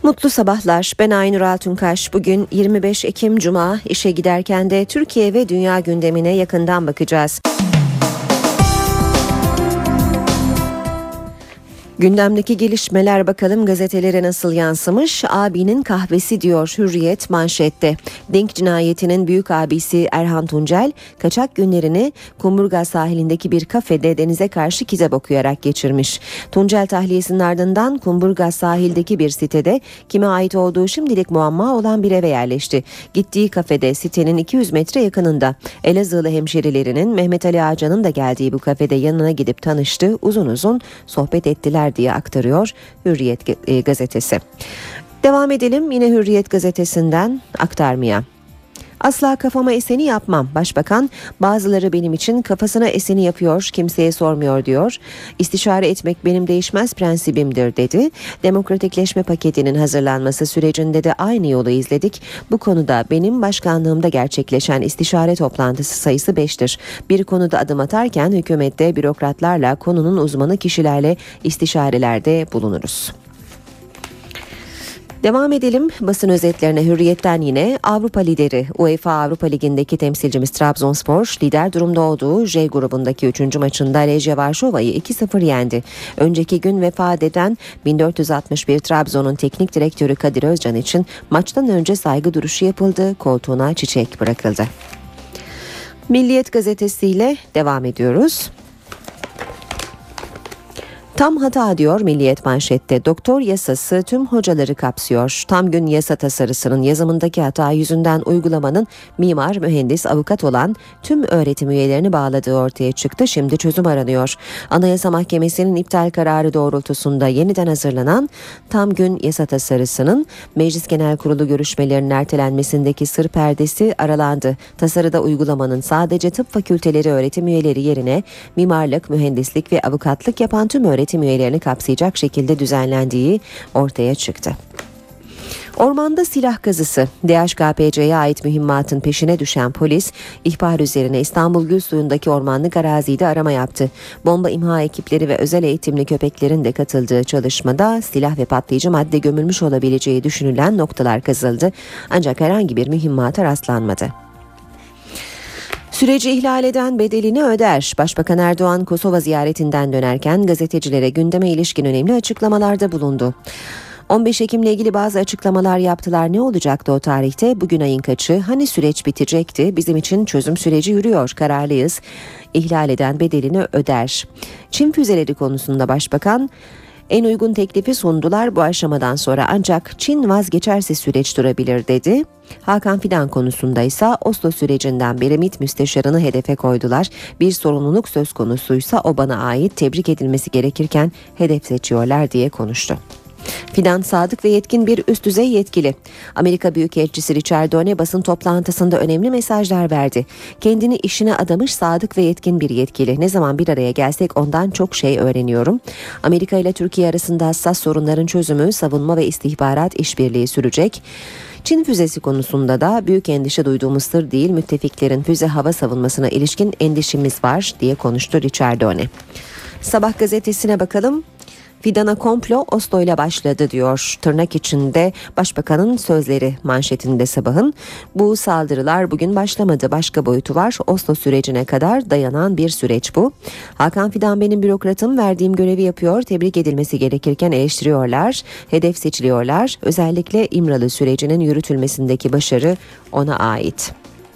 Mutlu sabahlar. Ben Aynur Altunkaş. Bugün 25 Ekim Cuma. İşe giderken de Türkiye ve dünya gündemine yakından bakacağız. Gündemdeki gelişmeler bakalım gazetelere nasıl yansımış? Abinin kahvesi diyor Hürriyet manşette. Denk cinayetinin büyük abisi Erhan Tuncel kaçak günlerini Kumburgaz sahilindeki bir kafede denize karşı kitap okuyarak geçirmiş. Tuncel tahliyesinin ardından Kumburgaz sahildeki bir sitede kime ait olduğu şimdilik muamma olan bir eve yerleşti. Gittiği kafede sitenin 200 metre yakınında. Elazığlı hemşerilerinin Mehmet Ali Ağcan'ın da geldiği bu kafede yanına gidip tanıştı. Uzun uzun sohbet ettiler diye aktarıyor Hürriyet gazetesi. Devam edelim yine Hürriyet gazetesinden aktarmaya. Asla kafama eseni yapmam. Başbakan bazıları benim için kafasına eseni yapıyor, kimseye sormuyor diyor. İstişare etmek benim değişmez prensibimdir dedi. Demokratikleşme paketinin hazırlanması sürecinde de aynı yolu izledik. Bu konuda benim başkanlığımda gerçekleşen istişare toplantısı sayısı 5'tir. Bir konuda adım atarken hükümette bürokratlarla konunun uzmanı kişilerle istişarelerde bulunuruz. Devam edelim basın özetlerine. Hürriyet'ten yine Avrupa lideri UEFA Avrupa Ligi'ndeki temsilcimiz Trabzonspor lider durumda olduğu J grubundaki 3. maçında Legia Varşova'yı 2-0 yendi. Önceki gün vefat eden 1461 Trabzon'un teknik direktörü Kadir Özcan için maçtan önce saygı duruşu yapıldı, koltuğuna çiçek bırakıldı. Milliyet gazetesiyle devam ediyoruz. Tam hata diyor Milliyet manşette. Doktor yasası tüm hocaları kapsıyor. Tam gün yasa tasarısının yazımındaki hata yüzünden uygulamanın mimar, mühendis, avukat olan tüm öğretim üyelerini bağladığı ortaya çıktı. Şimdi çözüm aranıyor. Anayasa Mahkemesi'nin iptal kararı doğrultusunda yeniden hazırlanan tam gün yasa tasarısının Meclis Genel Kurulu görüşmelerinin ertelenmesindeki sır perdesi aralandı. Tasarıda uygulamanın sadece tıp fakülteleri öğretim üyeleri yerine mimarlık, mühendislik ve avukatlık yapan tüm öğretim üyelerini kapsayacak şekilde düzenlendiği ortaya çıktı. Ormanda silah kazısı. DHKPC'ye ait mühimmatın peşine düşen polis, ihbar üzerine İstanbul Gülsuyu'ndaki ormanlık arazide arama yaptı. Bomba imha ekipleri ve özel eğitimli köpeklerin de katıldığı çalışmada silah ve patlayıcı madde gömülmüş olabileceği düşünülen noktalar kazıldı. Ancak herhangi bir mühimmata rastlanmadı. Süreci ihlal eden bedelini öder. Başbakan Erdoğan Kosova ziyaretinden dönerken gazetecilere gündeme ilişkin önemli açıklamalarda bulundu. 15 Ekim'le ilgili bazı açıklamalar yaptılar. Ne olacaktı o tarihte? Bugün ayın kaçı? Hani süreç bitecekti? Bizim için çözüm süreci yürüyor. Kararlıyız. İhlal eden bedelini öder. Çin füzeleri konusunda başbakan en uygun teklifi sundular bu aşamadan sonra, ancak Çin vazgeçerse süreç durabilir dedi. Hakan Fidan konusunda ise Oslo sürecinden beri MİT müsteşarını hedefe koydular. Bir sorumluluk söz konusuysa o bana ait, tebrik edilmesi gerekirken hedef seçiyorlar diye konuştu. Fidan sadık ve yetkin bir üst düzey yetkili. Amerika Büyükelçisi Richard Done basın toplantısında önemli mesajlar verdi. Kendini işine adamış sadık ve yetkin bir yetkili. Ne zaman bir araya gelsek ondan çok şey öğreniyorum. Amerika ile Türkiye arasında hassas sorunların çözümü, savunma ve istihbarat işbirliği sürecek. Çin füzesi konusunda da büyük endişe duyduğumuz sır değil, müttefiklerin füze hava savunmasına ilişkin endişemiz var diye konuştu Richard Done. Sabah gazetesine bakalım. Fidan'a komplo Oslo ile başladı diyor. Tırnak içinde başbakanın sözleri manşetinde Sabah'ın. Bu saldırılar bugün başlamadı. Başka boyutu var. Oslo sürecine kadar dayanan bir süreç bu. Hakan Fidan benim bürokratım, verdiğim görevi yapıyor. Tebrik edilmesi gerekirken eleştiriyorlar. Hedef seçiliyorlar. Özellikle İmralı sürecinin yürütülmesindeki başarı ona ait.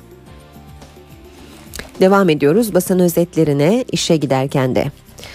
Devam ediyoruz basın özetlerine işe giderken de.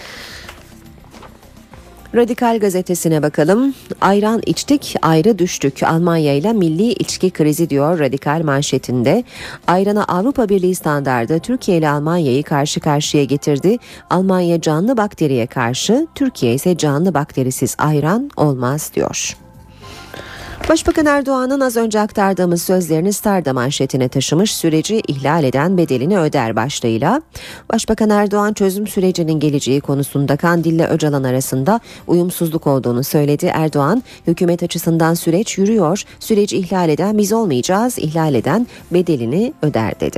Radikal gazetesine bakalım. Ayran içtik, ayrı düştük. Almanya ile milli içki krizi diyor Radikal manşetinde. Ayrana Avrupa Birliği standardı Türkiye ile Almanya'yı karşı karşıya getirdi. Almanya canlı bakteriye karşı, Türkiye ise canlı bakterisiz ayran olmaz diyor. Başbakan Erdoğan'ın az önce aktardığımız sözlerini Star'da manşetine taşımış, süreci ihlal eden bedelini öder başlığıyla. Başbakan Erdoğan çözüm sürecinin geleceği konusunda Kandil'le Öcalan arasında uyumsuzluk olduğunu söyledi. Erdoğan, hükümet açısından süreç yürüyor, süreci ihlal eden biz olmayacağız, ihlal eden bedelini öder dedi.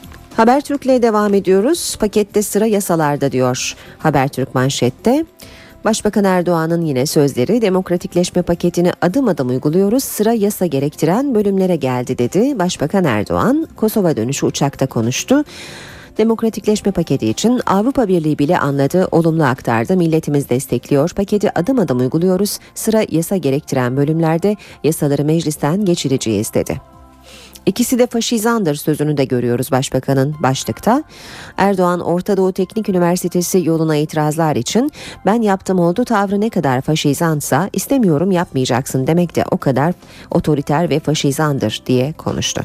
Habertürk'le devam ediyoruz. Pakette sıra yasalarda diyor Habertürk manşette. Başbakan Erdoğan'ın yine sözleri, demokratikleşme paketini adım adım uyguluyoruz, sıra yasa gerektiren bölümlere geldi dedi. Başbakan Erdoğan Kosova dönüşü uçakta konuştu. Demokratikleşme paketi için Avrupa Birliği bile anladı, olumlu aktardı, milletimiz destekliyor, paketi adım adım uyguluyoruz, sıra yasa gerektiren bölümlerde, yasaları meclisten geçireceğiz dedi. İkisi de faşizandır sözünü de görüyoruz başbakanın başlıkta. Erdoğan Orta Doğu Teknik Üniversitesi yoluna itirazlar için ben yaptım oldu tavrı ne kadar faşizansa istemiyorum yapmayacaksın demek de o kadar otoriter ve faşizandır diye konuştu.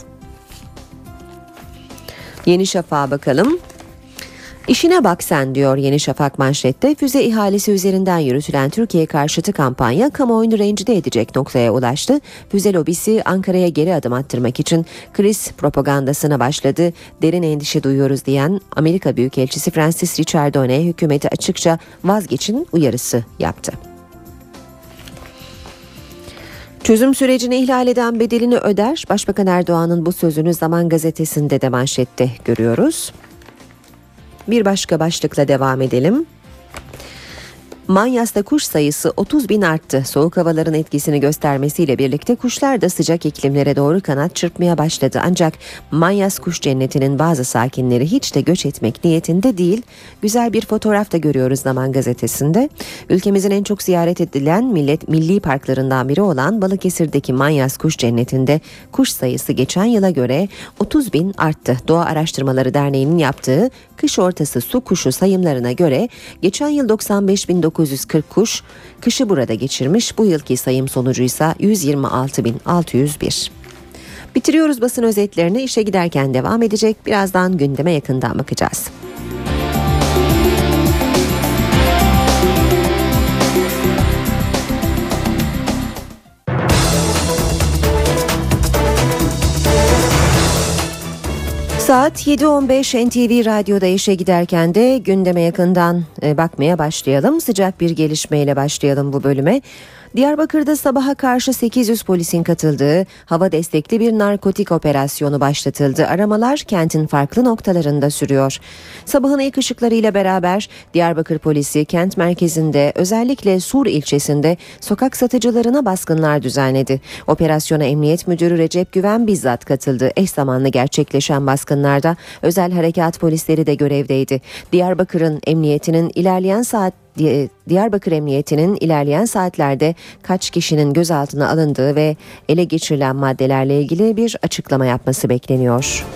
Yeni Şafak'a bakalım. İşine bak sen diyor Yeni Şafak manşette. Füze ihalesi üzerinden yürütülen Türkiye karşıtı kampanya kamuoyunu rencide edecek noktaya ulaştı. Füze lobisi Ankara'ya geri adım attırmak için kriz propagandasına başladı. Derin endişe duyuyoruz diyen Amerika Büyükelçisi Francis Richardone hükümeti açıkça vazgeçin uyarısı yaptı. Çözüm sürecini ihlal eden bedelini öder. Başbakan Erdoğan'ın bu sözünü Zaman Gazetesi'nde de manşette görüyoruz. Bir başka başlıkla devam edelim. Manyas'ta kuş sayısı 30.000 arttı. Soğuk havaların etkisini göstermesiyle birlikte kuşlar da sıcak iklimlere doğru kanat çırpmaya başladı. Ancak Manyas Kuş Cenneti'nin bazı sakinleri hiç de göç etmek niyetinde değil. Güzel bir fotoğraf da görüyoruz Zaman Gazetesi'nde. Ülkemizin en çok ziyaret edilen milli parklarından biri olan Balıkesir'deki Manyas Kuş Cenneti'nde kuş sayısı geçen yıla göre 30.000 arttı. Doğa Araştırmaları Derneği'nin yaptığı kış ortası su kuşu sayımlarına göre geçen yıl 95.940 kuş kışı burada geçirmiş. Bu yılki sayım sonucuysa 126.601. Bitiriyoruz basın özetlerini. İşe giderken devam edecek. Birazdan gündeme yakından bakacağız. Saat 7.15 NTV Radyo'da işe giderken de gündeme yakından bakmaya başlayalım. Sıcak bir gelişmeyle başlayalım bu bölüme. Diyarbakır'da sabaha karşı 800 polisin katıldığı hava destekli bir narkotik operasyonu başlatıldı. Aramalar kentin farklı noktalarında sürüyor. Sabahın ilk ışıklarıyla beraber Diyarbakır polisi kent merkezinde özellikle Sur ilçesinde sokak satıcılarına baskınlar düzenledi. Operasyona Emniyet Müdürü Recep Güven bizzat katıldı. Eş zamanlı gerçekleşen baskınlarda özel harekat polisleri de görevdeydi. Diyarbakır Emniyeti'nin ilerleyen saatlerde kaç kişinin gözaltına alındığı ve ele geçirilen maddelerle ilgili bir açıklama yapması bekleniyor.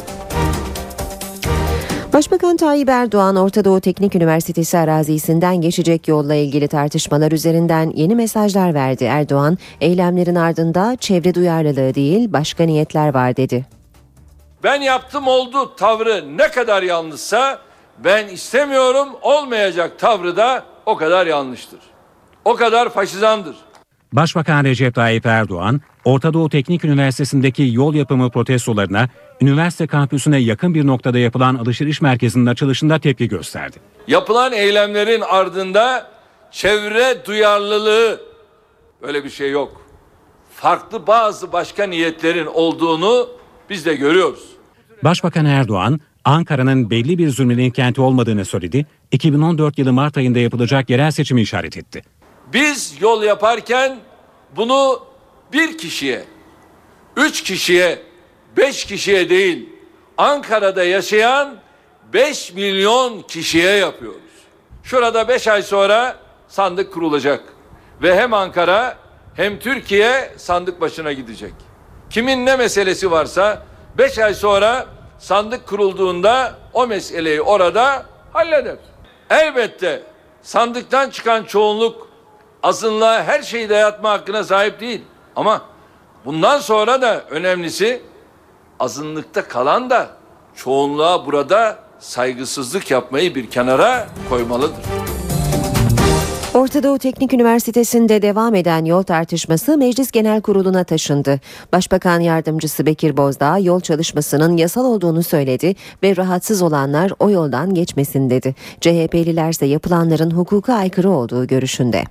Başbakan Tayyip Erdoğan, Orta Doğu Teknik Üniversitesi arazisinden geçecek yolla ilgili tartışmalar üzerinden yeni mesajlar verdi. Erdoğan, eylemlerin ardında çevre duyarlılığı değil başka niyetler var dedi. Ben yaptım oldu tavrı ne kadar yanlışsa ben istemiyorum olmayacak tavrı da o kadar yanlıştır. O kadar faşizandır. Başbakan Recep Tayyip Erdoğan, Orta Doğu Teknik Üniversitesi'ndeki yol yapımı protestolarına üniversite kampüsüne yakın bir noktada yapılan alışveriş merkezinin açılışında tepki gösterdi. Yapılan eylemlerin ardında çevre duyarlılığı öyle bir şey yok. Farklı bazı başka niyetlerin olduğunu biz de görüyoruz. Başbakan Erdoğan, Ankara'nın belli bir zümrenin kenti olmadığını söyledi. 2014 yılı Mart ayında yapılacak yerel seçimi işaret etti. Biz yol yaparken bunu bir kişiye, 3 kişiye, 5 kişiye değil, Ankara'da yaşayan 5 milyon kişiye yapıyoruz. Şurada 5 ay sonra sandık kurulacak ve hem Ankara hem Türkiye sandık başına gidecek. Kimin ne meselesi varsa 5 ay sonra sandık kurulduğunda o meseleyi orada halleder. Elbette sandıktan çıkan çoğunluk azınlığa her şeyi dayatma hakkına sahip değil. Ama bundan sonra da önemlisi azınlıkta kalan da çoğunluğa burada saygısızlık yapmayı bir kenara koymalıdır. Orta Doğu Teknik Üniversitesi'nde devam eden yol tartışması Meclis Genel Kurulu'na taşındı. Başbakan Yardımcısı Bekir Bozdağ yol çalışmasının yasal olduğunu söyledi ve rahatsız olanlar o yoldan geçmesin dedi. CHP'liler ise yapılanların hukuka aykırı olduğu görüşünde.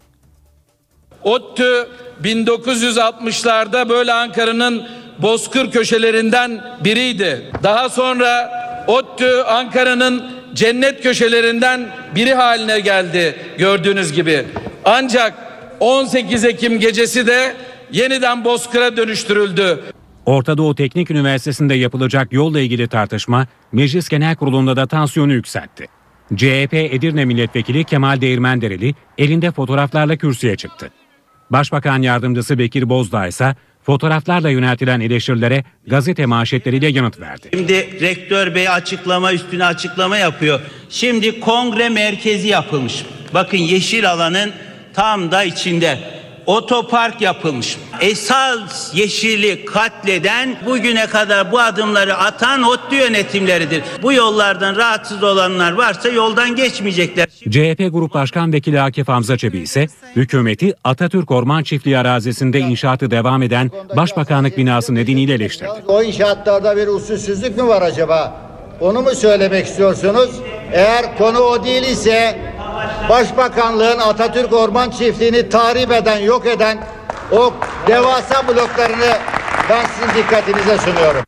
ODTÜ 1960'larda böyle Ankara'nın bozkır köşelerinden biriydi. Daha sonra ODTÜ Ankara'nın cennet köşelerinden biri haline geldi gördüğünüz gibi. Ancak 18 Ekim gecesi de yeniden bozkıra dönüştürüldü. Orta Doğu Teknik Üniversitesi'nde yapılacak yolla ilgili tartışma Meclis Genel Kurulu'nda da tansiyonu yükseltti. CHP Edirne Milletvekili Kemal Değirmendereli elinde fotoğraflarla kürsüye çıktı. Başbakan Yardımcısı Bekir Bozdağ ise fotoğraflarla yöneltilen eleştirilere gazete manşetleriyle yanıt verdi. Şimdi rektör bey açıklama üstüne açıklama yapıyor. Şimdi kongre merkezi yapılmış. Bakın yeşil alanın tam da içinde otopark yapılmış. Esas yeşili katleden, bugüne kadar bu adımları atan ODTÜ yönetimleridir. Bu yollardan rahatsız olanlar varsa yoldan geçmeyecekler. CHP Grup Başkan Vekili Akif Hamza Çebi ise hükümeti Atatürk Orman Çiftliği arazisinde inşaatı devam eden Başbakanlık binası nedeniyle eleştirdi. O inşaatlarda bir usulsüzlük mü var acaba? Onu mu söylemek istiyorsunuz? Eğer konu o değil ise Başbakanlığın Atatürk Orman Çiftliği'ni tahrip eden, yok eden o devasa bloklarını ben sizin dikkatinize sunuyorum.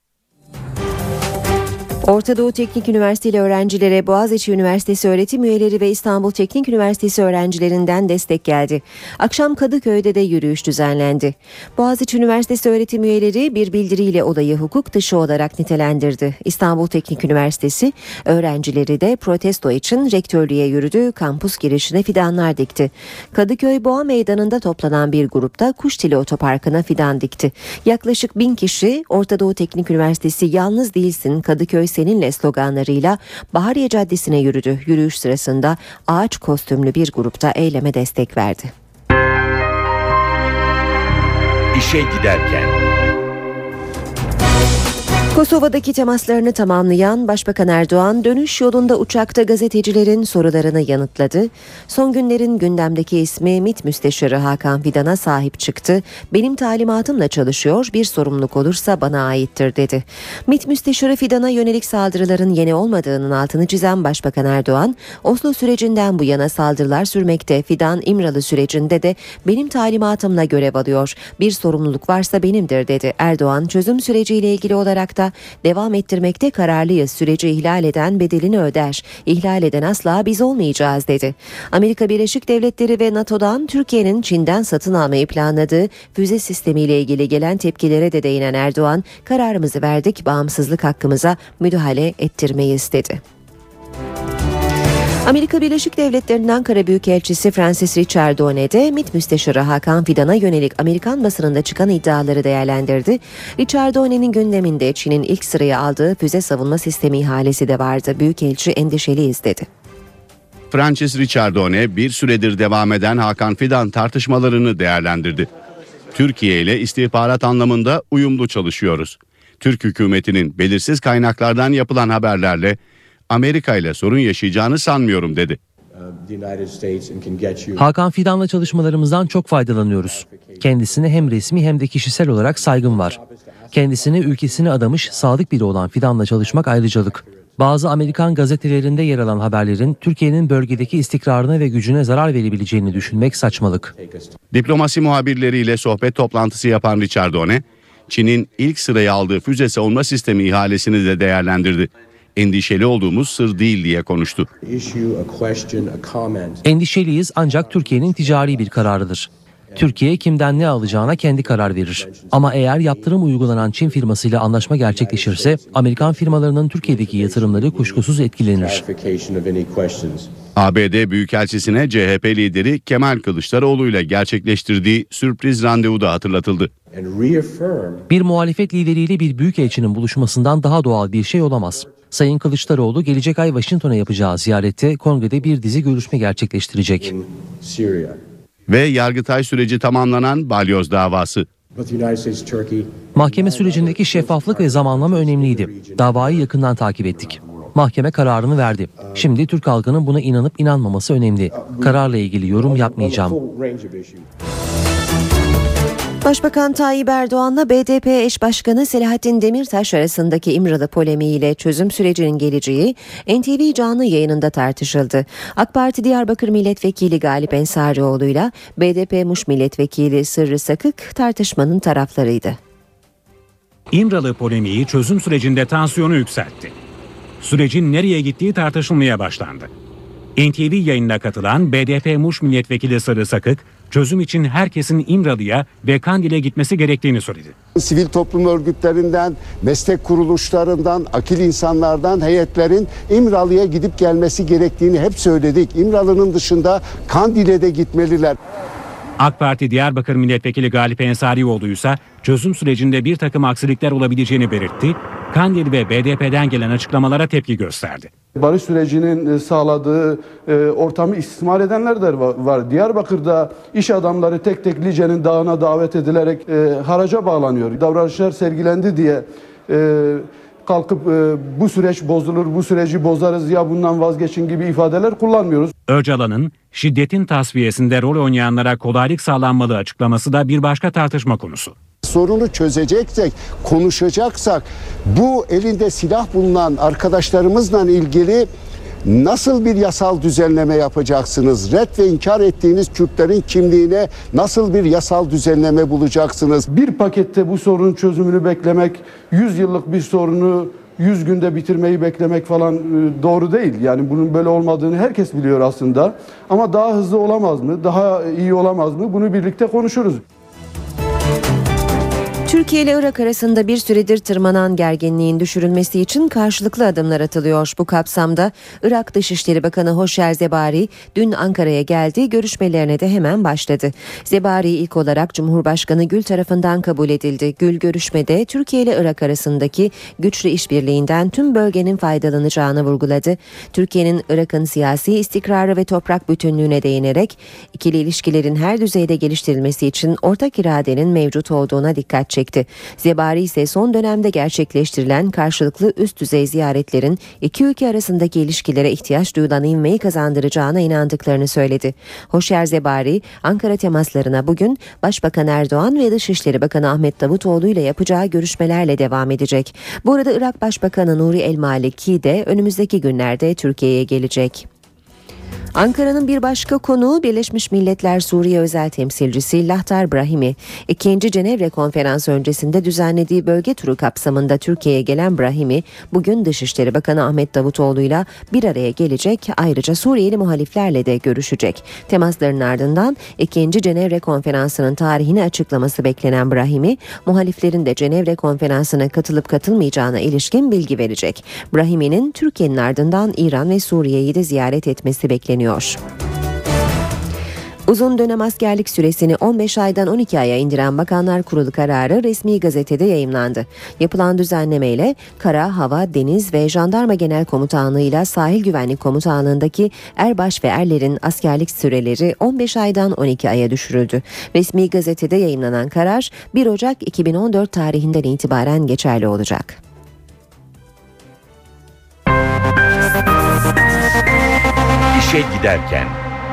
Orta Doğu Teknik Üniversiteli öğrencilere Boğaziçi Üniversitesi öğretim üyeleri ve İstanbul Teknik Üniversitesi öğrencilerinden destek geldi. Akşam Kadıköy'de de yürüyüş düzenlendi. Boğaziçi Üniversitesi öğretim üyeleri bir bildiriyle olayı hukuk dışı olarak nitelendirdi. İstanbul Teknik Üniversitesi öğrencileri de protesto için rektörlüğe yürüdü, kampüs girişine fidanlar dikti. Kadıköy Boğa Meydanı'nda toplanan bir grupta Kuştili Otoparkı'na fidan dikti. Yaklaşık 1000 kişi Orta Doğu Teknik Üniversitesi yalnız değilsin Kadıköy seninle sloganlarıyla Bahariye Caddesi'ne yürüdü. Yürüyüş sırasında ağaç kostümlü bir grupta eyleme destek verdi. İşe giderken. Kosova'daki temaslarını tamamlayan Başbakan Erdoğan dönüş yolunda uçakta gazetecilerin sorularını yanıtladı. Son günlerin gündemdeki ismi MİT Müsteşarı Hakan Fidan'a sahip çıktı. Benim talimatımla çalışıyor, bir sorumluluk olursa bana aittir dedi. MİT Müsteşarı Fidan'a yönelik saldırıların yeni olmadığının altını çizen Başbakan Erdoğan, Oslo sürecinden bu yana saldırılar sürmekte. Fidan İmralı sürecinde de benim talimatımla görev alıyor. Bir sorumluluk varsa benimdir dedi. Erdoğan çözüm süreciyle ilgili olarak da devam ettirmekte kararlıyız. Süreci ihlal eden bedelini öder. İhlal eden asla biz olmayacağız dedi. Amerika Birleşik Devletleri ve NATO'dan Türkiye'nin Çin'den satın almayı planladığı füze sistemiyle ilgili gelen tepkilere de değinen Erdoğan, kararımızı verdik, bağımsızlık hakkımıza müdahale ettirmeyiz dedi. Amerika Birleşik Devletleri'nin Ankara Büyükelçisi Francis Ricciardone de MİT Müsteşarı Hakan Fidan'a yönelik Amerikan basınında çıkan iddiaları değerlendirdi. Ricciardone'nin gündeminde Çin'in ilk sıraya aldığı füze savunma sistemi ihalesi de vardı. Büyükelçi endişeliyiz dedi. Francis Ricciardone bir süredir devam eden Hakan Fidan tartışmalarını değerlendirdi. Türkiye ile istihbarat anlamında uyumlu çalışıyoruz. Türk hükümetinin belirsiz kaynaklardan yapılan haberlerle Amerika ile sorun yaşayacağını sanmıyorum dedi. Hakan Fidan'la çalışmalarımızdan çok faydalanıyoruz. Kendisine hem resmi hem de kişisel olarak saygım var. Kendisini ülkesine adamış sadık biri olan Fidan'la çalışmak ayrıcalık. Bazı Amerikan gazetelerinde yer alan haberlerin Türkiye'nin bölgedeki istikrarına ve gücüne zarar verebileceğini düşünmek saçmalık. Diplomasi muhabirleriyle sohbet toplantısı yapan Ricciardone, Çin'in ilk sıraya aldığı füze savunma sistemi ihalesini de değerlendirdi. Endişeli olduğumuz sır değil diye konuştu. Endişeliyiz ancak Türkiye'nin ticari bir kararıdır. Türkiye kimden ne alacağına kendi karar verir. Ama eğer yaptırım uygulanan Çin firmasıyla anlaşma gerçekleşirse Amerikan firmalarının Türkiye'deki yatırımları kuşkusuz etkilenir. ABD Büyükelçisi'ne CHP lideri Kemal Kılıçdaroğlu ile gerçekleştirdiği sürpriz randevu da hatırlatıldı. Bir muhalefet lideriyle bir büyükelçinin buluşmasından daha doğal bir şey olamaz. Sayın Kılıçdaroğlu gelecek ay Washington'a yapacağı ziyarette kongrede bir dizi görüşme gerçekleştirecek. Ve Yargıtay süreci tamamlanan balyoz davası. Mahkeme sürecindeki şeffaflık ve zamanlama önemliydi. Davayı yakından takip ettik. Mahkeme kararını verdi. Şimdi Türk halkının buna inanıp inanmaması önemli. Kararla ilgili yorum yapmayacağım. Başbakan Tayyip Erdoğan'la BDP eş başkanı Selahattin Demirtaş arasındaki İmralı polemiğiyle çözüm sürecinin geleceği NTV canlı yayınında tartışıldı. AK Parti Diyarbakır Milletvekili Galip Ensarioğlu'yla BDP Muş Milletvekili Sırrı Sakık tartışmanın taraflarıydı. İmralı polemiği çözüm sürecinde tansiyonu yükseltti. Sürecin nereye gittiği tartışılmaya başlandı. NTV yayınına katılan BDP Muş Milletvekili Sarı Sakık, çözüm için herkesin İmralı'ya ve Kandil'e gitmesi gerektiğini söyledi. Sivil toplum örgütlerinden, meslek kuruluşlarından, akil insanlardan heyetlerin İmralı'ya gidip gelmesi gerektiğini hep söyledik. İmralı'nın dışında Kandil'e de gitmeliler. AK Parti Diyarbakır Milletvekili Galip Ensarioğlu ise çözüm sürecinde bir takım aksilikler olabileceğini belirtti. Kandil ve BDP'den gelen açıklamalara tepki gösterdi. Barış sürecinin sağladığı ortamı istismar edenler de var. Diyarbakır'da iş adamları tek tek Lice'nin dağına davet edilerek haraca bağlanıyor. Davranışlar sergilendi diye kalkıp bu süreç bozulur, bu süreci bozarız ya bundan vazgeçin gibi ifadeler kullanmıyoruz. Öcalan'ın şiddetin tasfiyesinde rol oynayanlara kolaylık sağlanmalı açıklaması da bir başka tartışma konusu. Sorunu çözeceksek, konuşacaksak bu elinde silah bulunan arkadaşlarımızla ilgili nasıl bir yasal düzenleme yapacaksınız? Ret ve inkar ettiğiniz Kürtlerin kimliğine nasıl bir yasal düzenleme bulacaksınız? Bir pakette bu sorunun çözümünü beklemek, 100 yıllık bir sorunu 100 günde bitirmeyi beklemek falan doğru değil. Yani bunun böyle olmadığını herkes biliyor aslında. Ama daha hızlı olamaz mı? Daha iyi olamaz mı? Bunu birlikte konuşuruz. Türkiye ile Irak arasında bir süredir tırmanan gerginliğin düşürülmesi için karşılıklı adımlar atılıyor. Bu kapsamda Irak Dışişleri Bakanı Hoşer Zebari dün Ankara'ya geldi, görüşmelerine de hemen başladı. Zebari ilk olarak Cumhurbaşkanı Gül tarafından kabul edildi. Gül görüşmede Türkiye ile Irak arasındaki güçlü işbirliğinden tüm bölgenin faydalanacağını vurguladı. Türkiye'nin Irak'ın siyasi istikrarı ve toprak bütünlüğüne değinerek ikili ilişkilerin her düzeyde geliştirilmesi için ortak iradenin mevcut olduğuna dikkat çekti. Zebari ise son dönemde gerçekleştirilen karşılıklı üst düzey ziyaretlerin iki ülke arasındaki ilişkilere ihtiyaç duyulan ivmeyi kazandıracağına inandıklarını söyledi. Hoşer Zebari, Ankara temaslarına bugün Başbakan Erdoğan ve Dışişleri Bakanı Ahmet Davutoğlu ile yapacağı görüşmelerle devam edecek. Bu arada Irak Başbakanı Nuri El-Maliki de önümüzdeki günlerde Türkiye'ye gelecek. Ankara'nın bir başka konuğu Birleşmiş Milletler Suriye Özel Temsilcisi Lahtar Brahimi. 2. Cenevre Konferansı öncesinde düzenlediği bölge turu kapsamında Türkiye'ye gelen Brahimi, bugün Dışişleri Bakanı Ahmet Davutoğlu'yla bir araya gelecek, ayrıca Suriyeli muhaliflerle de görüşecek. Temasların ardından 2. Cenevre Konferansı'nın tarihini açıklaması beklenen Brahimi, muhaliflerin de Cenevre Konferansı'na katılıp katılmayacağına ilişkin bilgi verecek. Brahimi'nin Türkiye'nin ardından İran ve Suriye'yi de ziyaret etmesi bekleniyor. Uzun dönem askerlik süresini 15 aydan 12 aya indiren Bakanlar Kurulu kararı resmi gazetede yayımlandı. Yapılan düzenlemeyle Kara, Hava, Deniz ve Jandarma Genel Komutanlığı ile Sahil Güvenlik Komutanlığı'ndaki erbaş ve erlerin askerlik süreleri 15 aydan 12 aya düşürüldü. Resmi gazetede yayımlanan karar 1 Ocak 2014 tarihinden itibaren geçerli olacak. İşe giderken.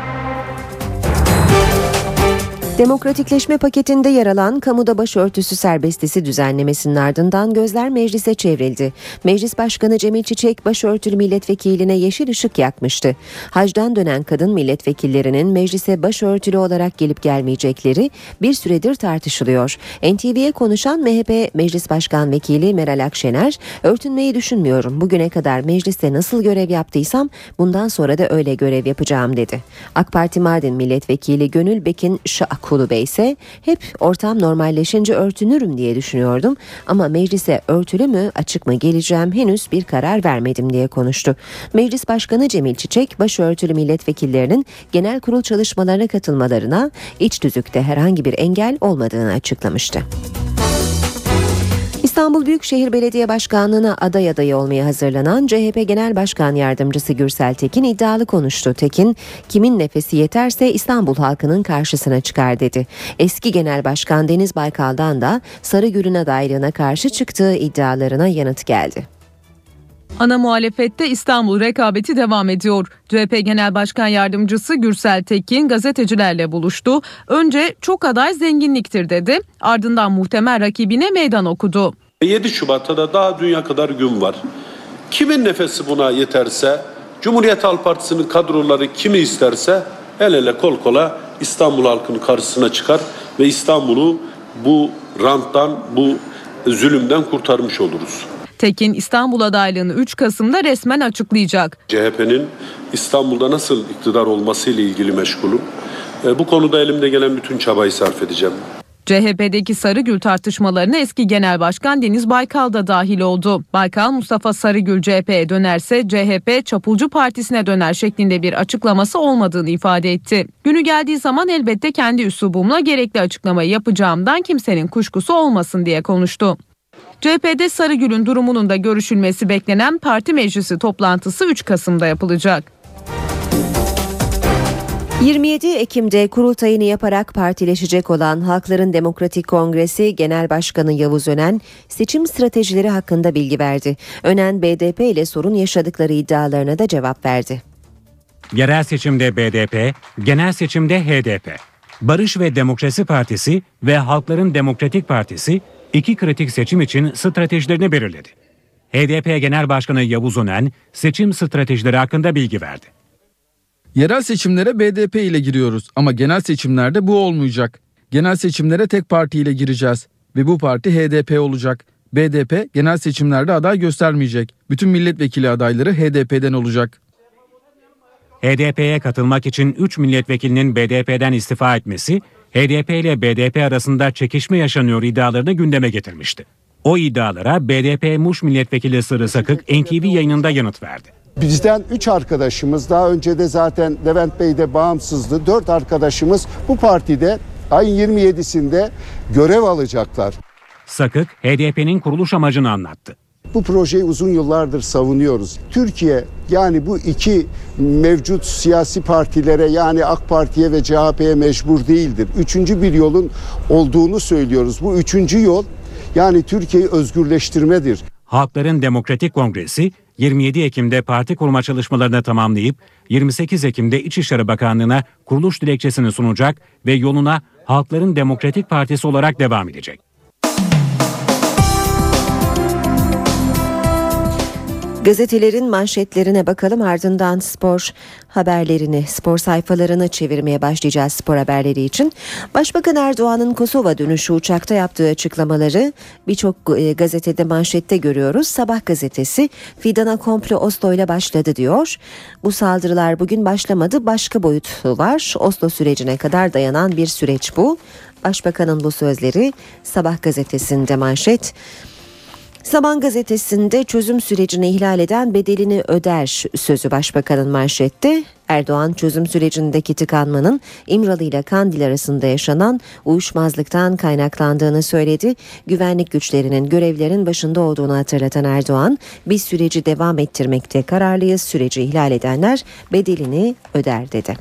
Demokratikleşme paketinde yer alan kamuda başörtüsü serbestisi düzenlemesinin ardından gözler meclise çevrildi. Meclis Başkanı Cemil Çiçek başörtülü milletvekiline yeşil ışık yakmıştı. Hacdan dönen kadın milletvekillerinin meclise başörtülü olarak gelip gelmeyecekleri bir süredir tartışılıyor. NTV'ye konuşan MHP Meclis Başkan Vekili Meral Akşener, örtünmeyi düşünmüyorum. Bugüne kadar mecliste nasıl görev yaptıysam bundan sonra da öyle görev yapacağım dedi. AK Parti Mardin Milletvekili Gönül Bekin Şakulu Bey ise hep ortam normalleşince örtünürüm diye düşünüyordum ama meclise örtülü mü açık mı geleceğim henüz bir karar vermedim diye konuştu. Meclis Başkanı Cemil Çiçek başörtülü milletvekillerinin genel kurul çalışmalarına katılmalarına iç tüzükte herhangi bir engel olmadığını açıklamıştı. İstanbul Büyükşehir Belediye Başkanlığı'na aday adayı olmaya hazırlanan CHP Genel Başkan Yardımcısı Gürsel Tekin iddialı konuştu. Tekin, kimin nefesi yeterse İstanbul halkının karşısına çıkar dedi. Eski Genel Başkan Deniz Baykal'dan da Sarıgül'ün adaylığına karşı çıktığı iddialarına yanıt geldi. Ana muhalefette İstanbul rekabeti devam ediyor. CHP Genel Başkan Yardımcısı Gürsel Tekin gazetecilerle buluştu. Önce çok aday zenginliktir dedi. Ardından muhtemel rakibine meydan okudu. 7 Şubat'ta da daha dünya kadar gün var. Kimin nefesi buna yeterse, Cumhuriyet Halk Partisi'nin kadroları kimi isterse el ele kol kola İstanbul halkının karşısına çıkar ve İstanbul'u bu ranttan, bu zulümden kurtarmış oluruz. Tekin İstanbul adaylığını 3 Kasım'da resmen açıklayacak. CHP'nin İstanbul'da nasıl iktidar olmasıyla ilgili meşgulüm. Bu konuda elimde gelen bütün çabayı sarf edeceğim. CHP'deki Sarıgül tartışmalarına eski Genel Başkan Deniz Baykal da dahil oldu. Baykal, Mustafa Sarıgül CHP'ye dönerse CHP Çapulcu Partisi'ne döner şeklinde bir açıklaması olmadığını ifade etti. Günü geldiği zaman elbette kendi üslubumla gerekli açıklamayı yapacağımdan kimsenin kuşkusu olmasın diye konuştu. CHP'de Sarıgül'ün durumunun da görüşülmesi beklenen parti meclisi toplantısı 3 Kasım'da yapılacak. 27 Ekim'de kurultayını yaparak partileşecek olan Halkların Demokratik Kongresi Genel Başkanı Yavuz Önen seçim stratejileri hakkında bilgi verdi. Önen BDP ile sorun yaşadıkları iddialarına da cevap verdi. Yerel seçimde BDP, genel seçimde HDP, Barış ve Demokrasi Partisi ve Halkların Demokratik Partisi 2 kritik seçim için stratejilerini belirledi. HDP Genel Başkanı Yavuz Önen seçim stratejileri hakkında bilgi verdi. Yerel seçimlere BDP ile giriyoruz ama genel seçimlerde bu olmayacak. Genel seçimlere tek parti ile gireceğiz ve bu parti HDP olacak. BDP genel seçimlerde aday göstermeyecek. Bütün milletvekili adayları HDP'den olacak. HDP'ye katılmak için 3 milletvekilinin BDP'den istifa etmesi, HDP ile BDP arasında çekişme yaşanıyor iddialarını gündeme getirmişti. O iddialara BDP Muş Milletvekili Sırrı Sakık NTV yayınında yanıt verdi. Bizden 3 arkadaşımız, daha önce de zaten Levent Bey de bağımsızdı. 4 arkadaşımız bu partide ayın 27'sinde görev alacaklar. Sakık, HDP'nin kuruluş amacını anlattı. Bu projeyi uzun yıllardır savunuyoruz. Türkiye, yani bu iki mevcut siyasi partilere, yani AK Parti'ye ve CHP'ye mecbur değildir. Üçüncü bir yolun olduğunu söylüyoruz. Bu üçüncü yol, yani Türkiye'yi özgürleştirmedir. Halkların Demokratik Kongresi 27 Ekim'de parti kurma çalışmalarını tamamlayıp 28 Ekim'de İçişleri Bakanlığı'na kuruluş dilekçesini sunacak ve yoluna Halkların Demokratik Partisi olarak devam edecek. Gazetelerin manşetlerine bakalım, ardından spor haberlerini, spor sayfalarını çevirmeye başlayacağız spor haberleri için. Başbakan Erdoğan'ın Kosova dönüşü uçakta yaptığı açıklamaları birçok gazetede manşette görüyoruz. Sabah gazetesi Fidan'a komplo Oslo ile başladı diyor. Bu saldırılar bugün başlamadı, başka boyutu var. Oslo sürecine kadar dayanan bir süreç bu. Başbakanın bu sözleri Sabah gazetesinde manşet. Saban gazetesinde çözüm sürecini ihlal eden bedelini öder sözü başbakanın manşette. Erdoğan çözüm sürecindeki tıkanmanın İmralı ile Kandil arasında yaşanan uyuşmazlıktan kaynaklandığını söyledi. Güvenlik güçlerinin görevlerin başında olduğunu hatırlatan Erdoğan, biz süreci devam ettirmekte kararlıyız, süreci ihlal edenler bedelini öder dedi.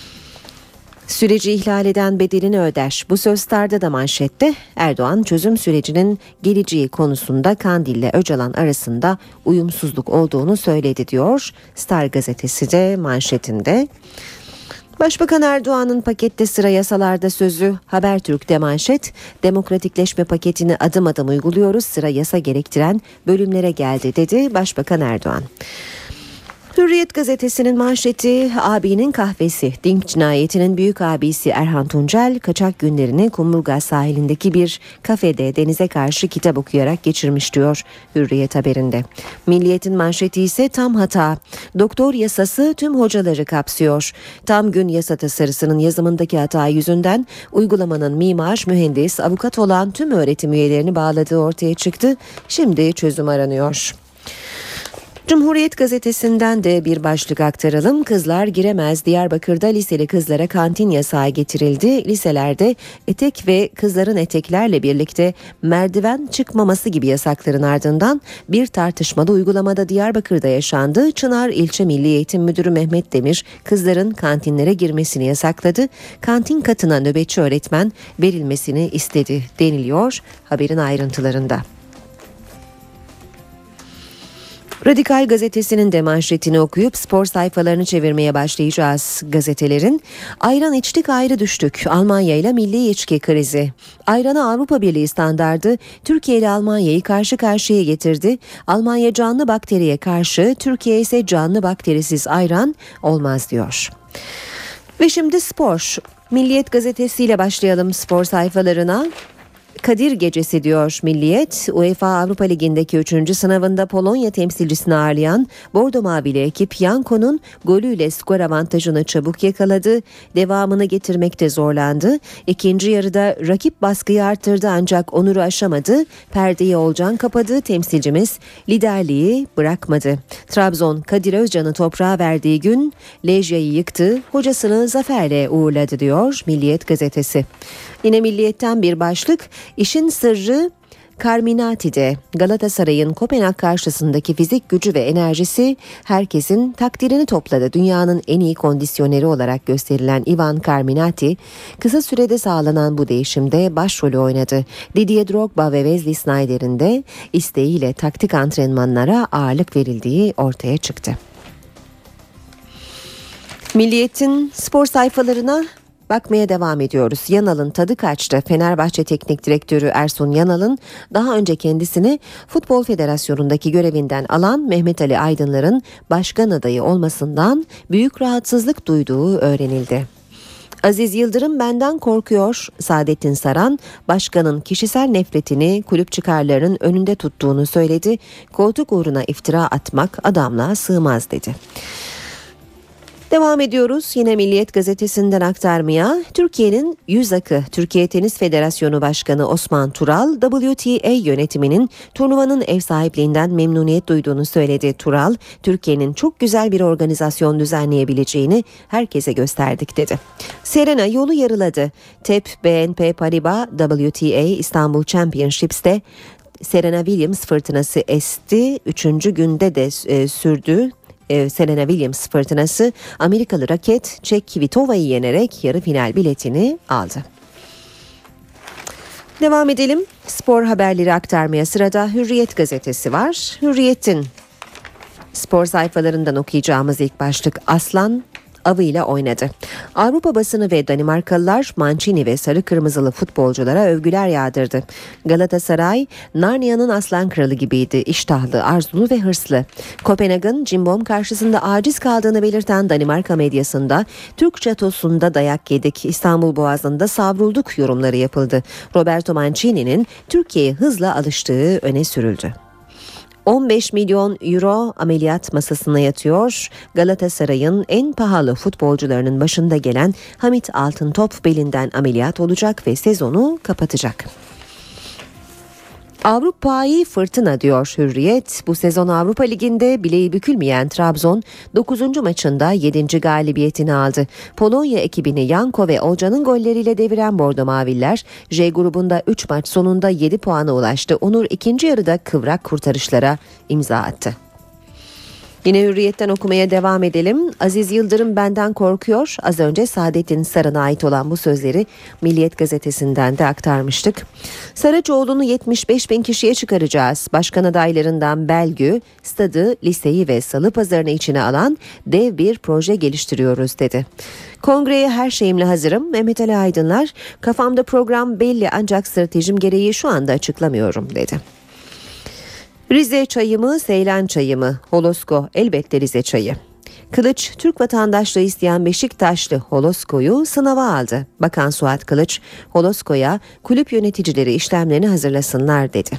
Süreci ihlal eden bedelini öder. Bu söz Star'da da manşette. Erdoğan çözüm sürecinin geleceği konusunda Kandil ile Öcalan arasında uyumsuzluk olduğunu söyledi diyor. Star gazetesi de manşetinde. Başbakan Erdoğan'ın pakette sıra yasalarda sözü Habertürk'te manşet. Demokratikleşme paketini adım adım uyguluyoruz, sıra yasa gerektiren bölümlere geldi dedi Başbakan Erdoğan. Hürriyet gazetesinin manşeti abinin kahvesi. Dink cinayetinin büyük abisi Erhan Tuncel kaçak günlerini Kumburgaz sahilindeki bir kafede denize karşı kitap okuyarak geçirmiş diyor Hürriyet haberinde. Milliyet'in manşeti ise tam hata. Doktor yasası tüm hocaları kapsıyor. Tam gün yasa tasarısının yazımındaki hata yüzünden uygulamanın mimar, mühendis, avukat olan tüm öğretim üyelerini bağladığı ortaya çıktı. Şimdi çözüm aranıyor. Cumhuriyet gazetesinden de bir başlık aktaralım. Kızlar giremez. Diyarbakır'da liseli kızlara kantin yasağı getirildi. Liselerde etek ve kızların eteklerle birlikte merdiven çıkmaması gibi yasakların ardından bir tartışmalı uygulamada Diyarbakır'da yaşandı. Çınar İlçe Milli Eğitim Müdürü Mehmet Demir kızların kantinlere girmesini yasakladı. Kantin katına nöbetçi öğretmen verilmesini istedi deniliyor haberin ayrıntılarında. Radikal gazetesinin de manşetini okuyup spor sayfalarını çevirmeye başlayacağız gazetelerin. Ayran içtik ayrı düştük. Almanya ile milli içki krizi. Ayranı Avrupa Birliği standardı Türkiye ile Almanya'yı karşı karşıya getirdi. Almanya canlı bakteriye karşı, Türkiye ise canlı bakterisiz ayran olmaz diyor. Ve şimdi spor. Milliyet gazetesiyle başlayalım spor sayfalarına. Kadir Gecesi diyor Milliyet. UEFA Avrupa Ligi'ndeki 3. sınavında Polonya temsilcisini ağırlayan Bordo Mavili ekip Janko'nun golüyle skor avantajını çabuk yakaladı. Devamını getirmekte zorlandı. İkinci yarıda rakip baskıyı arttırdı ancak Onur'u aşamadı. Perdeyi Olcan kapadı. Temsilcimiz liderliği bırakmadı. Trabzon Kadir Özcan'ı toprağa verdiği gün Lejya'yı yıktı. Hocasını zaferle uğurladı diyor Milliyet gazetesi. Yine Milliyet'ten bir başlık. İşin sırrı Carminati'de. Galatasaray'ın Kopenhag karşısındaki fizik gücü ve enerjisi herkesin takdirini topladı. Dünyanın en iyi kondisyoneri olarak gösterilen Ivan Carminati kısa sürede sağlanan bu değişimde başrolü oynadı. Didier Drogba ve Wesley Sneijder'in de isteğiyle taktik antrenmanlara ağırlık verildiği ortaya çıktı. Milliyet'in spor sayfalarına bakmaya devam ediyoruz. Yanal'ın tadı kaçtı. Fenerbahçe Teknik Direktörü Ersun Yanal'ın daha önce kendisini Futbol Federasyonu'ndaki görevinden alan Mehmet Ali Aydınlar'ın başkan adayı olmasından büyük rahatsızlık duyduğu öğrenildi. Aziz Yıldırım benden korkuyor. Saadettin Saran başkanın kişisel nefretini kulüp çıkarlarının önünde tuttuğunu söyledi. Koltuk uğruna iftira atmak adamlığa sığmaz dedi. Devam ediyoruz yine Milliyet gazetesinden aktarmaya. Türkiye'nin yüz akı Türkiye Tenis Federasyonu Başkanı Osman Tural, WTA yönetiminin turnuvanın ev sahipliğinden memnuniyet duyduğunu söyledi. Tural, Türkiye'nin çok güzel bir organizasyon düzenleyebileceğini herkese gösterdik dedi. Serena yolu yarıladı. TEP BNP Paribas WTA İstanbul Championships'te Serena Williams fırtınası esti. 3. günde de sürdü. Serena Williams fırtınası Amerikalı raket Çek Kvitova'yı yenerek yarı final biletini aldı. Devam edelim. Spor haberleri aktarmaya sırada Hürriyet gazetesi var. Hürriyet'in spor sayfalarından okuyacağımız ilk başlık Aslan avıyla oynadı. Avrupa basını ve Danimarkalılar Mancini ve sarı kırmızılı futbolculara övgüler yağdırdı. Galatasaray, Narnia'nın aslan kralı gibiydi. İştahlı, arzulu ve hırslı. Kopenhag'ın Cimbom karşısında aciz kaldığını belirten Danimarka medyasında Türk çatosunda dayak yedik, İstanbul Boğazı'nda savrulduk yorumları yapıldı. Roberto Mancini'nin Türkiye'ye hızla alıştığı öne sürüldü. 15 milyon euro ameliyat masasına yatıyor. Galatasaray'ın en pahalı futbolcularının başında gelen Hamit Altıntop belinden ameliyat olacak ve sezonu kapatacak. Avrupa'yı fırtına diyor Hürriyet. Bu sezon Avrupa Ligi'nde bileği bükülmeyen Trabzon 9. maçında 7. galibiyetini aldı. Polonya ekibini Janko ve Olcan'ın golleriyle deviren Bordo Maviller J grubunda 3 maç sonunda 7 puana ulaştı. Onur ikinci yarıda kıvrak kurtarışlara imza attı. Yine Hürriyet'ten okumaya devam edelim. Aziz Yıldırım benden korkuyor. Az önce Saadettin Saran'a ait olan bu sözleri Milliyet gazetesinden de aktarmıştık. Saraçoğlu'nu 75 bin kişiye çıkaracağız. Başkan adaylarından Belgü, stadı, liseyi ve salı pazarını içine alan dev bir proje geliştiriyoruz dedi. Kongreye her şeyimle hazırım. Mehmet Ali Aydınlar, kafamda program belli ancak stratejim gereği şu anda açıklamıyorum dedi. Rize çayı mı, Seylan çayı mı? Holosko elbette Rize çayı. Kılıç, Türk vatandaşlığı isteyen Beşiktaşlı Holosko'yu sınava aldı. Bakan Suat Kılıç, Holosko'ya kulüp yöneticileri işlemlerini hazırlasınlar dedi.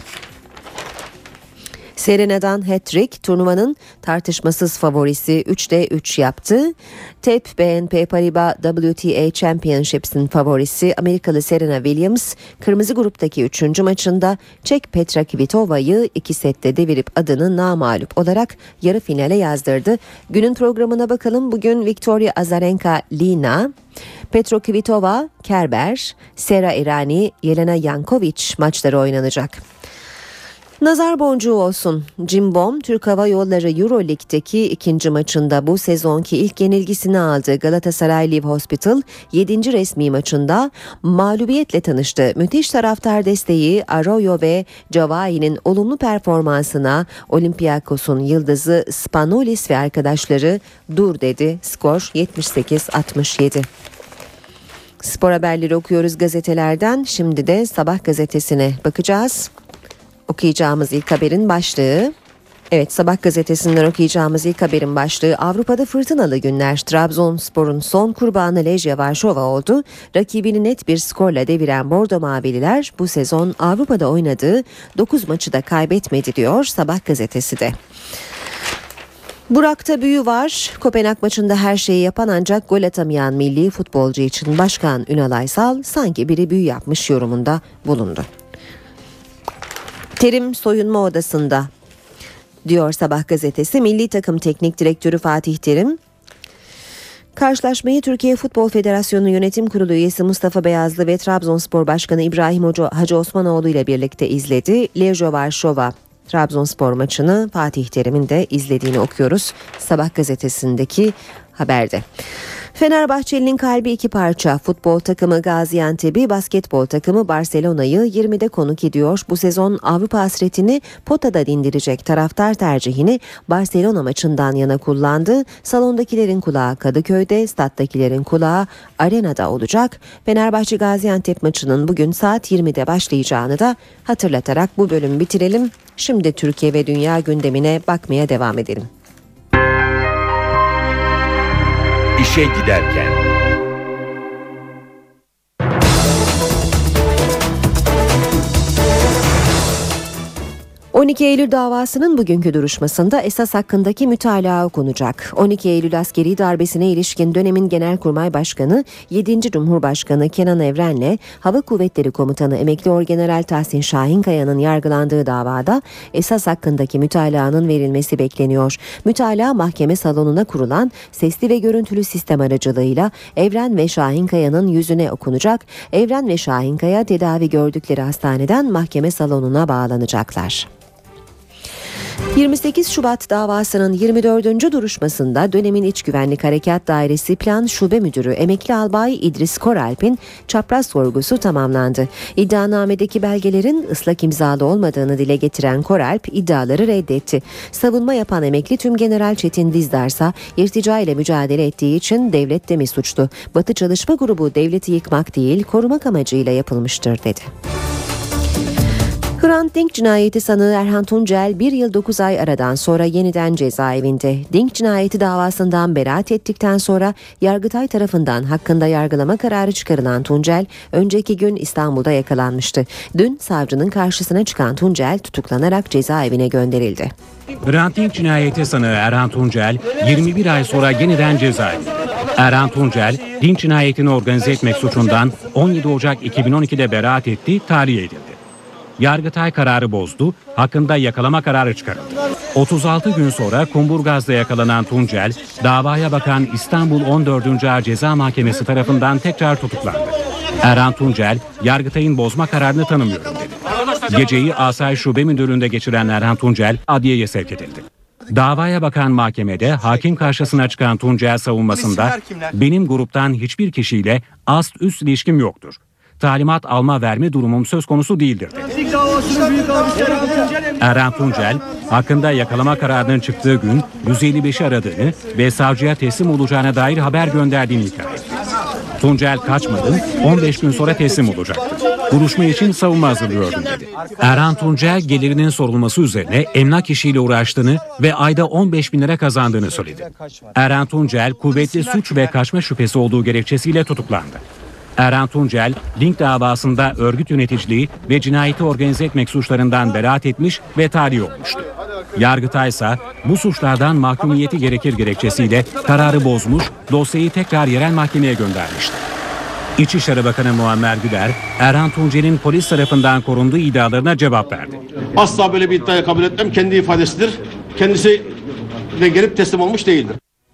Serena'dan hat-trick, turnuvanın tartışmasız favorisi 3'te 3 yaptı. TEP BNP Paribas WTA Championships'in favorisi Amerikalı Serena Williams, kırmızı gruptaki 3. maçında Çek Petra Kvitova'yı 2 sette devirip adını namağlup olarak yarı finale yazdırdı. Günün programına bakalım. Bugün Victoria Azarenka Lina, Petra Kvitova Kerber, Sera Errani, Jelena Jankovic maçları oynanacak. Nazar boncuğu olsun. Cimbom, Türk Hava Yolları Euroleague'deki 2. maçında bu sezonki ilk yenilgisini aldı. Galatasaray Live Hospital 7. resmi maçında mağlubiyetle tanıştı. Müthiş taraftar desteği Arroyo ve Cavai'nin olumlu performansına Olympiakos'un yıldızı Spanolis ve arkadaşları dur dedi. Skor 78-67. Spor haberleri okuyoruz gazetelerden. Şimdi de Sabah gazetesine bakacağız. Okuyacağımız ilk haberin başlığı Evet, Sabah gazetesinden okuyacağımız ilk haberin başlığı Avrupa'da fırtınalı günler. Trabzonspor'un son kurbanı Lejia Varşova oldu. Rakibini net bir skorla deviren Bordo Mavililer bu sezon Avrupa'da oynadığı 9 maçı da kaybetmedi diyor Sabah gazetesi de. Burak'ta büyü var. Kopenhag maçında her şeyi yapan ancak gol atamayan milli futbolcu için Başkan Ünal Aysal sanki biri büyü yapmış yorumunda bulundu. Terim soyunma odasında diyor Sabah gazetesi. Milli takım teknik direktörü Fatih Terim karşılaşmayı Türkiye Futbol Federasyonu Yönetim Kurulu üyesi Mustafa Beyazlı ve Trabzonspor Başkanı İbrahim Hacı Osmanoğlu ile birlikte izledi. Lejia Varşova Trabzonspor maçını Fatih Terim'in de izlediğini okuyoruz Sabah gazetesindeki haberde. Fenerbahçeli'nin kalbi iki parça. Futbol takımı Gaziantep'i, basketbol takımı Barcelona'yı 20'de konuk ediyor. Bu sezon Avrupa hasretini potada dindirecek taraftar tercihini Barcelona maçından yana kullandı. Salondakilerin kulağı Kadıköy'de, stat'takilerin kulağı arenada olacak. Fenerbahçe Gaziantep maçının bugün saat 20'de başlayacağını da hatırlatarak bu bölümü bitirelim. Şimdi Türkiye ve dünya gündemine bakmaya devam edelim. İşe giderken. 12 Eylül davasının bugünkü duruşmasında esas hakkındaki mütalaa okunacak. 12 Eylül askeri darbesine ilişkin dönemin Genelkurmay Başkanı 7. Cumhurbaşkanı Kenan Evren'le Hava Kuvvetleri Komutanı Emekli Orgeneral Tahsin Şahinkaya'nın yargılandığı davada esas hakkındaki mütalaanın verilmesi bekleniyor. Mütalaa mahkeme salonuna kurulan sesli ve görüntülü sistem aracılığıyla Evren ve Şahinkaya'nın yüzüne okunacak. Evren ve Şahinkaya tedavi gördükleri hastaneden mahkeme salonuna bağlanacaklar. 28 Şubat davasının 24. duruşmasında dönemin İç Güvenlik Harekat Dairesi Plan Şube Müdürü Emekli Albay İdris Koralp'in çapraz sorgusu tamamlandı. İddianamedeki belgelerin ıslak imzalı olmadığını dile getiren Koralp iddiaları reddetti. Savunma yapan emekli Tümgeneral Çetin Dizdarsa irtica ile mücadele ettiği için devlet de mi suçlu? Batı Çalışma Grubu devleti yıkmak değil korumak amacıyla yapılmıştır dedi. Hrant Dink cinayeti sanığı Erhan Tuncel 1 yıl 9 ay aradan sonra yeniden cezaevinde. Dink cinayeti davasından beraat ettikten sonra Yargıtay tarafından hakkında yargılama kararı çıkarılan Tuncel önceki gün İstanbul'da yakalanmıştı. Dün savcının karşısına çıkan Tuncel tutuklanarak cezaevine gönderildi. Hrant Dink cinayeti sanığı Erhan Tuncel 21 ay sonra yeniden cezaevinde. Erhan Tuncel, Dink cinayetini organize etmek suçundan 17 Ocak 2012'de beraat etti, tahliye edildi. Yargıtay kararı bozdu, hakkında yakalama kararı çıkarıldı. 36 gün sonra Kumburgaz'da yakalanan Tuncel, davaya bakan İstanbul 14. Ağır Ceza Mahkemesi tarafından tekrar tutuklandı. Erhan Tuncel, Yargıtay'ın bozma kararını tanımıyorum dedi. Geceyi Asayiş Şube Müdürlüğü'nde geçiren Erhan Tuncel, adliyeye sevk edildi. Davaya bakan mahkemede hakim karşısına çıkan Tuncel savunmasında, benim gruptan hiçbir kişiyle ast-üst ilişkim yoktur. Talimat alma verme durumum söz konusu değildir dedi. Erhan Tuncel, hakkında yakalama kararının çıktığı gün 155'i aradığını ve savcıya teslim olacağına dair haber gönderdiğini iddia etti. Tuncel kaçmadım, 15 gün sonra teslim olacaktı. Duruşma için savunma hazırlıyordum dedi. Erhan Tuncel gelirinin sorulması üzerine emlak işiyle uğraştığını ve ayda 15 bin lira kazandığını söyledi. Erhan Tuncel kuvvetli suç ve kaçma şüphesi olduğu gerekçesiyle tutuklandı. Erhan Tuncel, Dink davasında örgüt yöneticiliği ve cinayeti organize etmek suçlarından beraat etmiş ve tahliye olmuştu. Yargıtay ise bu suçlardan mahkumiyeti gerekir gerekçesiyle kararı bozmuş, dosyayı tekrar yerel mahkemeye göndermişti. İçişleri Bakanı Muammer Güler, Erhan Tuncel'in polis tarafından korunduğu iddialarına cevap verdi. Asla böyle bir iddiayı kabul etmem, kendi ifadesidir. Kendisi de gelip teslim olmuş değildir.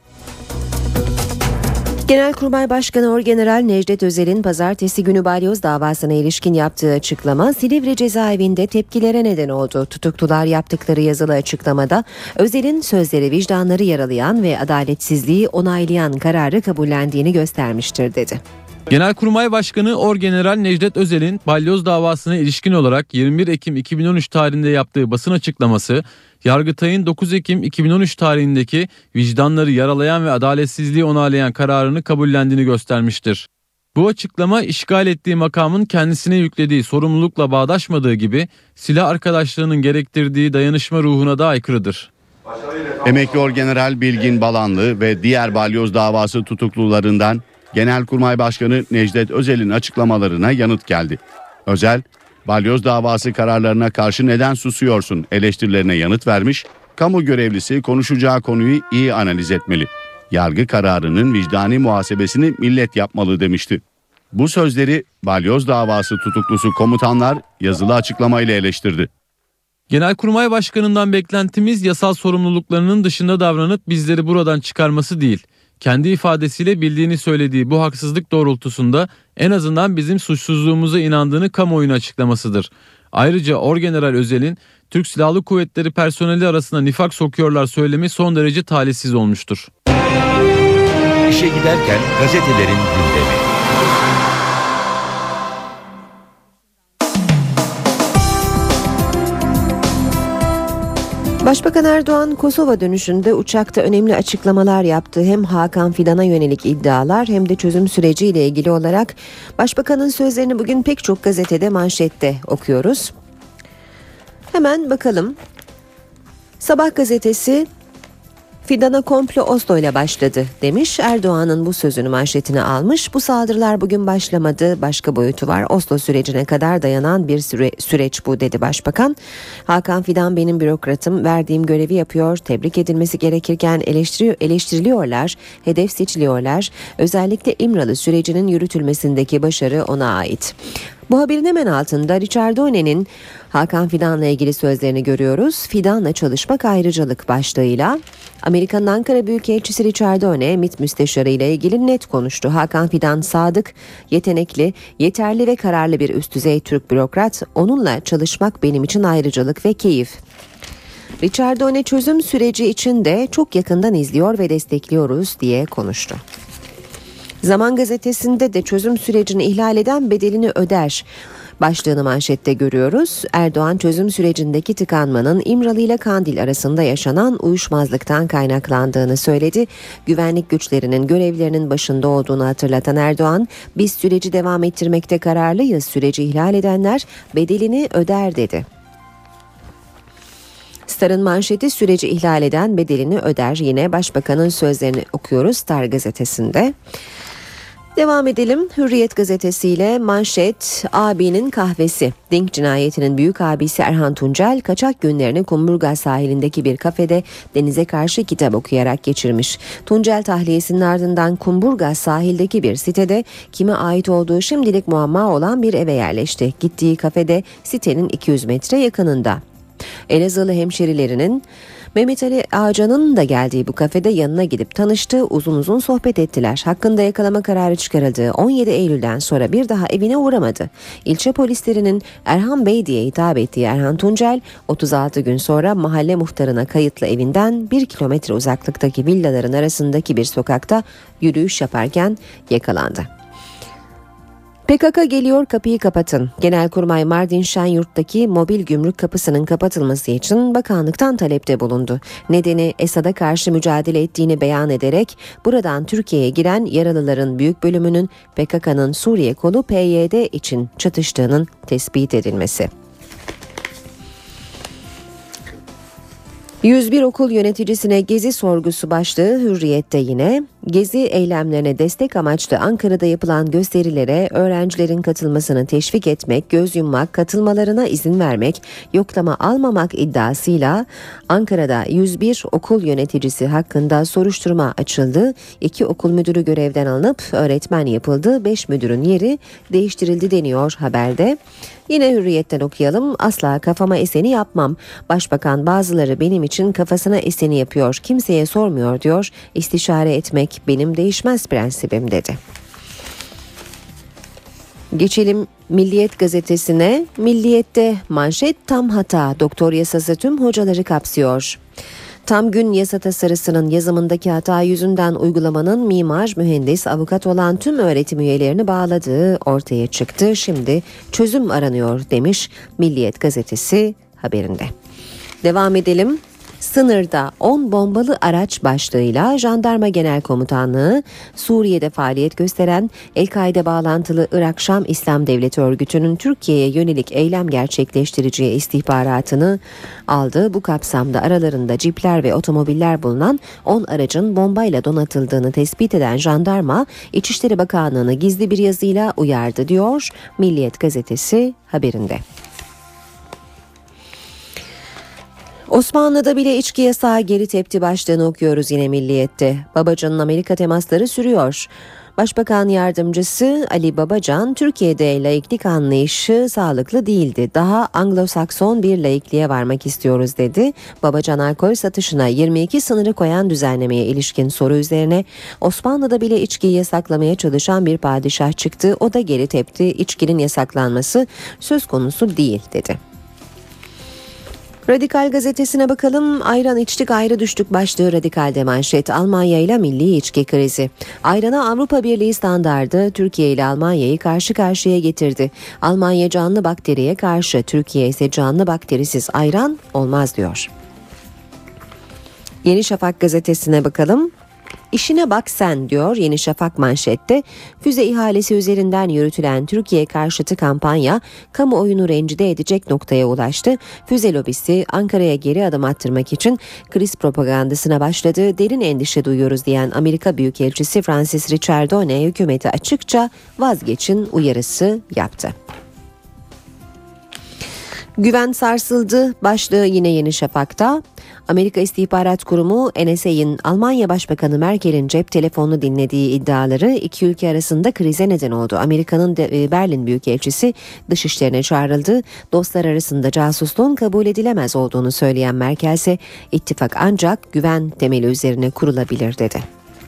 Genelkurmay Başkanı Orgeneral Necdet Özel'in pazartesi günü balyoz davasına ilişkin yaptığı açıklama Silivri cezaevinde tepkilere neden oldu. Tutuklular yaptıkları yazılı açıklamada Özel'in sözleri vicdanları yaralayan ve adaletsizliği onaylayan kararı kabullendiğini göstermiştir dedi. Genelkurmay Başkanı Orgeneral Necdet Özel'in balyoz davasına ilişkin olarak 21 Ekim 2013 tarihinde yaptığı basın açıklaması, Yargıtay'ın 9 Ekim 2013 tarihindeki vicdanları yaralayan ve adaletsizliği onaylayan kararını kabullendiğini göstermiştir. Bu açıklama işgal ettiği makamın kendisine yüklediği sorumlulukla bağdaşmadığı gibi silah arkadaşlığının gerektirdiği dayanışma ruhuna da aykırıdır. Emekli Orgeneral Bilgin Balanlı ve diğer balyoz davası tutuklularından Genelkurmay Başkanı Necdet Özel'in açıklamalarına yanıt geldi. Özel, balyoz davası kararlarına karşı neden susuyorsun eleştirilerine yanıt vermiş, kamu görevlisi konuşacağı konuyu iyi analiz etmeli. Yargı kararının vicdani muhasebesini millet yapmalı demişti. Bu sözleri balyoz davası tutuklusu komutanlar yazılı açıklamayla eleştirdi. Genelkurmay Başkanı'ndan beklentimiz yasal sorumluluklarının dışında davranıp bizleri buradan çıkarması değil. Kendi ifadesiyle bildiğini söylediği bu haksızlık doğrultusunda en azından bizim suçsuzluğumuza inandığını kamuoyuna açıklamasıdır. Ayrıca Orgeneral Özel'in Türk Silahlı Kuvvetleri personeli arasında nifak sokuyorlar söylemi son derece talihsiz olmuştur. İşe giderken gazetelerin gündemi. Başbakan Erdoğan Kosova dönüşünde uçakta önemli açıklamalar yaptı. Hem Hakan Fidan'a yönelik iddialar hem de çözüm süreciyle ilgili olarak Başbakanın sözlerini bugün pek çok gazetede manşette okuyoruz. Hemen bakalım. Sabah gazetesi Fidan'a komplo Oslo ile başladı demiş. Erdoğan'ın bu sözünü manşetine almış. Bu saldırılar bugün başlamadı. Başka boyutu var. Oslo sürecine kadar dayanan bir süreç bu dedi Başbakan. Hakan Fidan benim bürokratım. Verdiğim görevi yapıyor. Tebrik edilmesi gerekirken eleştiriliyorlar. Hedef seçiliyorlar. Özellikle İmralı sürecinin yürütülmesindeki başarı ona ait. Bu haberin hemen altında Ricciardone'nin Hakan Fidan'la ilgili sözlerini görüyoruz. Fidan'la çalışmak ayrıcalık başlığıyla Amerika'nın Ankara Büyükelçisi Ricciardone, MİT Müsteşarı ile ilgili net konuştu. Hakan Fidan sadık, yetenekli, yeterli ve kararlı bir üst düzey Türk bürokrat. Onunla çalışmak benim için ayrıcalık ve keyif. Ricciardone çözüm süreci için de çok yakından izliyor ve destekliyoruz diye konuştu. Zaman gazetesinde de çözüm sürecini ihlal eden bedelini öder başlığını manşette görüyoruz. Erdoğan çözüm sürecindeki tıkanmanın İmralı ile Kandil arasında yaşanan uyuşmazlıktan kaynaklandığını söyledi. Güvenlik güçlerinin görevlerinin başında olduğunu hatırlatan Erdoğan, biz süreci devam ettirmekte kararlıyız, süreci ihlal edenler bedelini öder dedi. Star'ın manşeti süreci ihlal eden bedelini öder. Yine Başbakanın sözlerini okuyoruz Star gazetesinde. Devam edelim. Hürriyet gazetesiyle manşet abinin kahvesi. Dink cinayetinin büyük abisi Erhan Tuncel kaçak günlerini Kumburgaz sahilindeki bir kafede denize karşı kitap okuyarak geçirmiş. Tuncel tahliyesinin ardından Kumburgaz sahildeki bir sitede kime ait olduğu şimdilik muamma olan bir eve yerleşti. Gittiği kafede sitenin 200 metre yakınında. Elazığlı hemşerilerinin Mehmet Ali Ağcan'ın da geldiği bu kafede yanına gidip tanıştı, uzun uzun sohbet ettiler. Hakkında yakalama kararı çıkarıldığı 17 Eylül'den sonra bir daha evine uğramadı. İlçe polislerinin Erhan Bey diye hitap ettiği Erhan Tuncel, 36 gün sonra mahalle muhtarına kayıtlı evinden 1 kilometre uzaklıktaki villaların arasındaki bir sokakta yürüyüş yaparken yakalandı. PKK geliyor, kapıyı kapatın. Genelkurmay Mardin Şenyurt'taki mobil gümrük kapısının kapatılması için bakanlıktan talepte bulundu. Nedeni Esad'a karşı mücadele ettiğini beyan ederek buradan Türkiye'ye giren yaralıların büyük bölümünün PKK'nın Suriye kolu PYD için çatıştığının tespit edilmesi. 101 okul yöneticisine gezi sorgusu başlığı Hürriyet'te yine. Gezi eylemlerine destek amaçlı Ankara'da yapılan gösterilere öğrencilerin katılmasını teşvik etmek, göz yummak, katılmalarına izin vermek, yoklama almamak iddiasıyla Ankara'da 101 okul yöneticisi hakkında soruşturma açıldı. 2 okul müdürü görevden alınıp öğretmen yapıldı. 5 müdürün yeri değiştirildi deniyor haberde. Yine Hürriyet'ten okuyalım. Asla kafama eseni yapmam. Başbakan bazıları benim için kafasına eseni yapıyor. Kimseye sormuyor diyor. İstişare etmek benim değişmez prensibim dedi. Geçelim Milliyet gazetesine. Milliyet'te manşet tam hata. Doktor yasası tüm hocaları kapsıyor. Tam gün yasa tasarısının yazımındaki hata yüzünden uygulamanın mimar, mühendis, avukat olan tüm öğretim üyelerini bağladığı ortaya çıktı. Şimdi çözüm aranıyor demiş Milliyet gazetesi haberinde. Devam edelim. Sınırda 10 bombalı araç başlığıyla Jandarma Genel Komutanlığı, Suriye'de faaliyet gösteren El-Kaide bağlantılı Irak Şam İslam Devleti örgütünün Türkiye'ye yönelik eylem gerçekleştireceği istihbaratını aldı. Bu kapsamda aralarında cipler ve otomobiller bulunan 10 aracın bombayla donatıldığını tespit eden jandarma, İçişleri Bakanlığı'nı gizli bir yazıyla uyardı diyor Milliyet gazetesi haberinde. Osmanlı'da bile içki yasağı geri tepti başlığını okuyoruz yine Milliyet'te. Babacan'ın Amerika temasları sürüyor. Başbakan Yardımcısı Ali Babacan, Türkiye'de laiklik anlayışı sağlıklı değildi. Daha Anglo-Sakson bir laikliğe varmak istiyoruz dedi. Babacan alkol satışına 22 sınırı koyan düzenlemeye ilişkin soru üzerine Osmanlı'da bile içkiyi yasaklamaya çalışan bir padişah çıktı. O da geri tepti. İçkinin yasaklanması söz konusu değil dedi. Radikal gazetesine bakalım. Ayran içtik ayrı düştük başlığı Radikal'de manşet. Almanya ile milli içki krizi. Ayrana Avrupa Birliği standardı Türkiye ile Almanya'yı karşı karşıya getirdi. Almanya canlı bakteriye karşı, Türkiye ise canlı bakterisiz ayran olmaz diyor. Yeni Şafak gazetesine bakalım. İşine bak sen diyor Yeni Şafak manşette. Füze ihalesi üzerinden yürütülen Türkiye karşıtı kampanya kamuoyunu rencide edecek noktaya ulaştı. Füze lobisi Ankara'ya geri adım attırmak için kriz propagandasına başladı. Derin endişe duyuyoruz diyen Amerika Büyükelçisi Francis Richardone hükümete açıkça vazgeçin uyarısı yaptı. Güven sarsıldı başlığı yine Yeni Şafak'ta. Amerika İstihbarat Kurumu NSA'nın Almanya Başbakanı Merkel'in cep telefonunu dinlediği iddiaları iki ülke arasında krize neden oldu. Amerika'nın Berlin Büyükelçisi dışişlerine çağrıldı. Dostlar arasında casusluğun kabul edilemez olduğunu söyleyen Merkel ise ittifak ancak güven temeli üzerine kurulabilir dedi.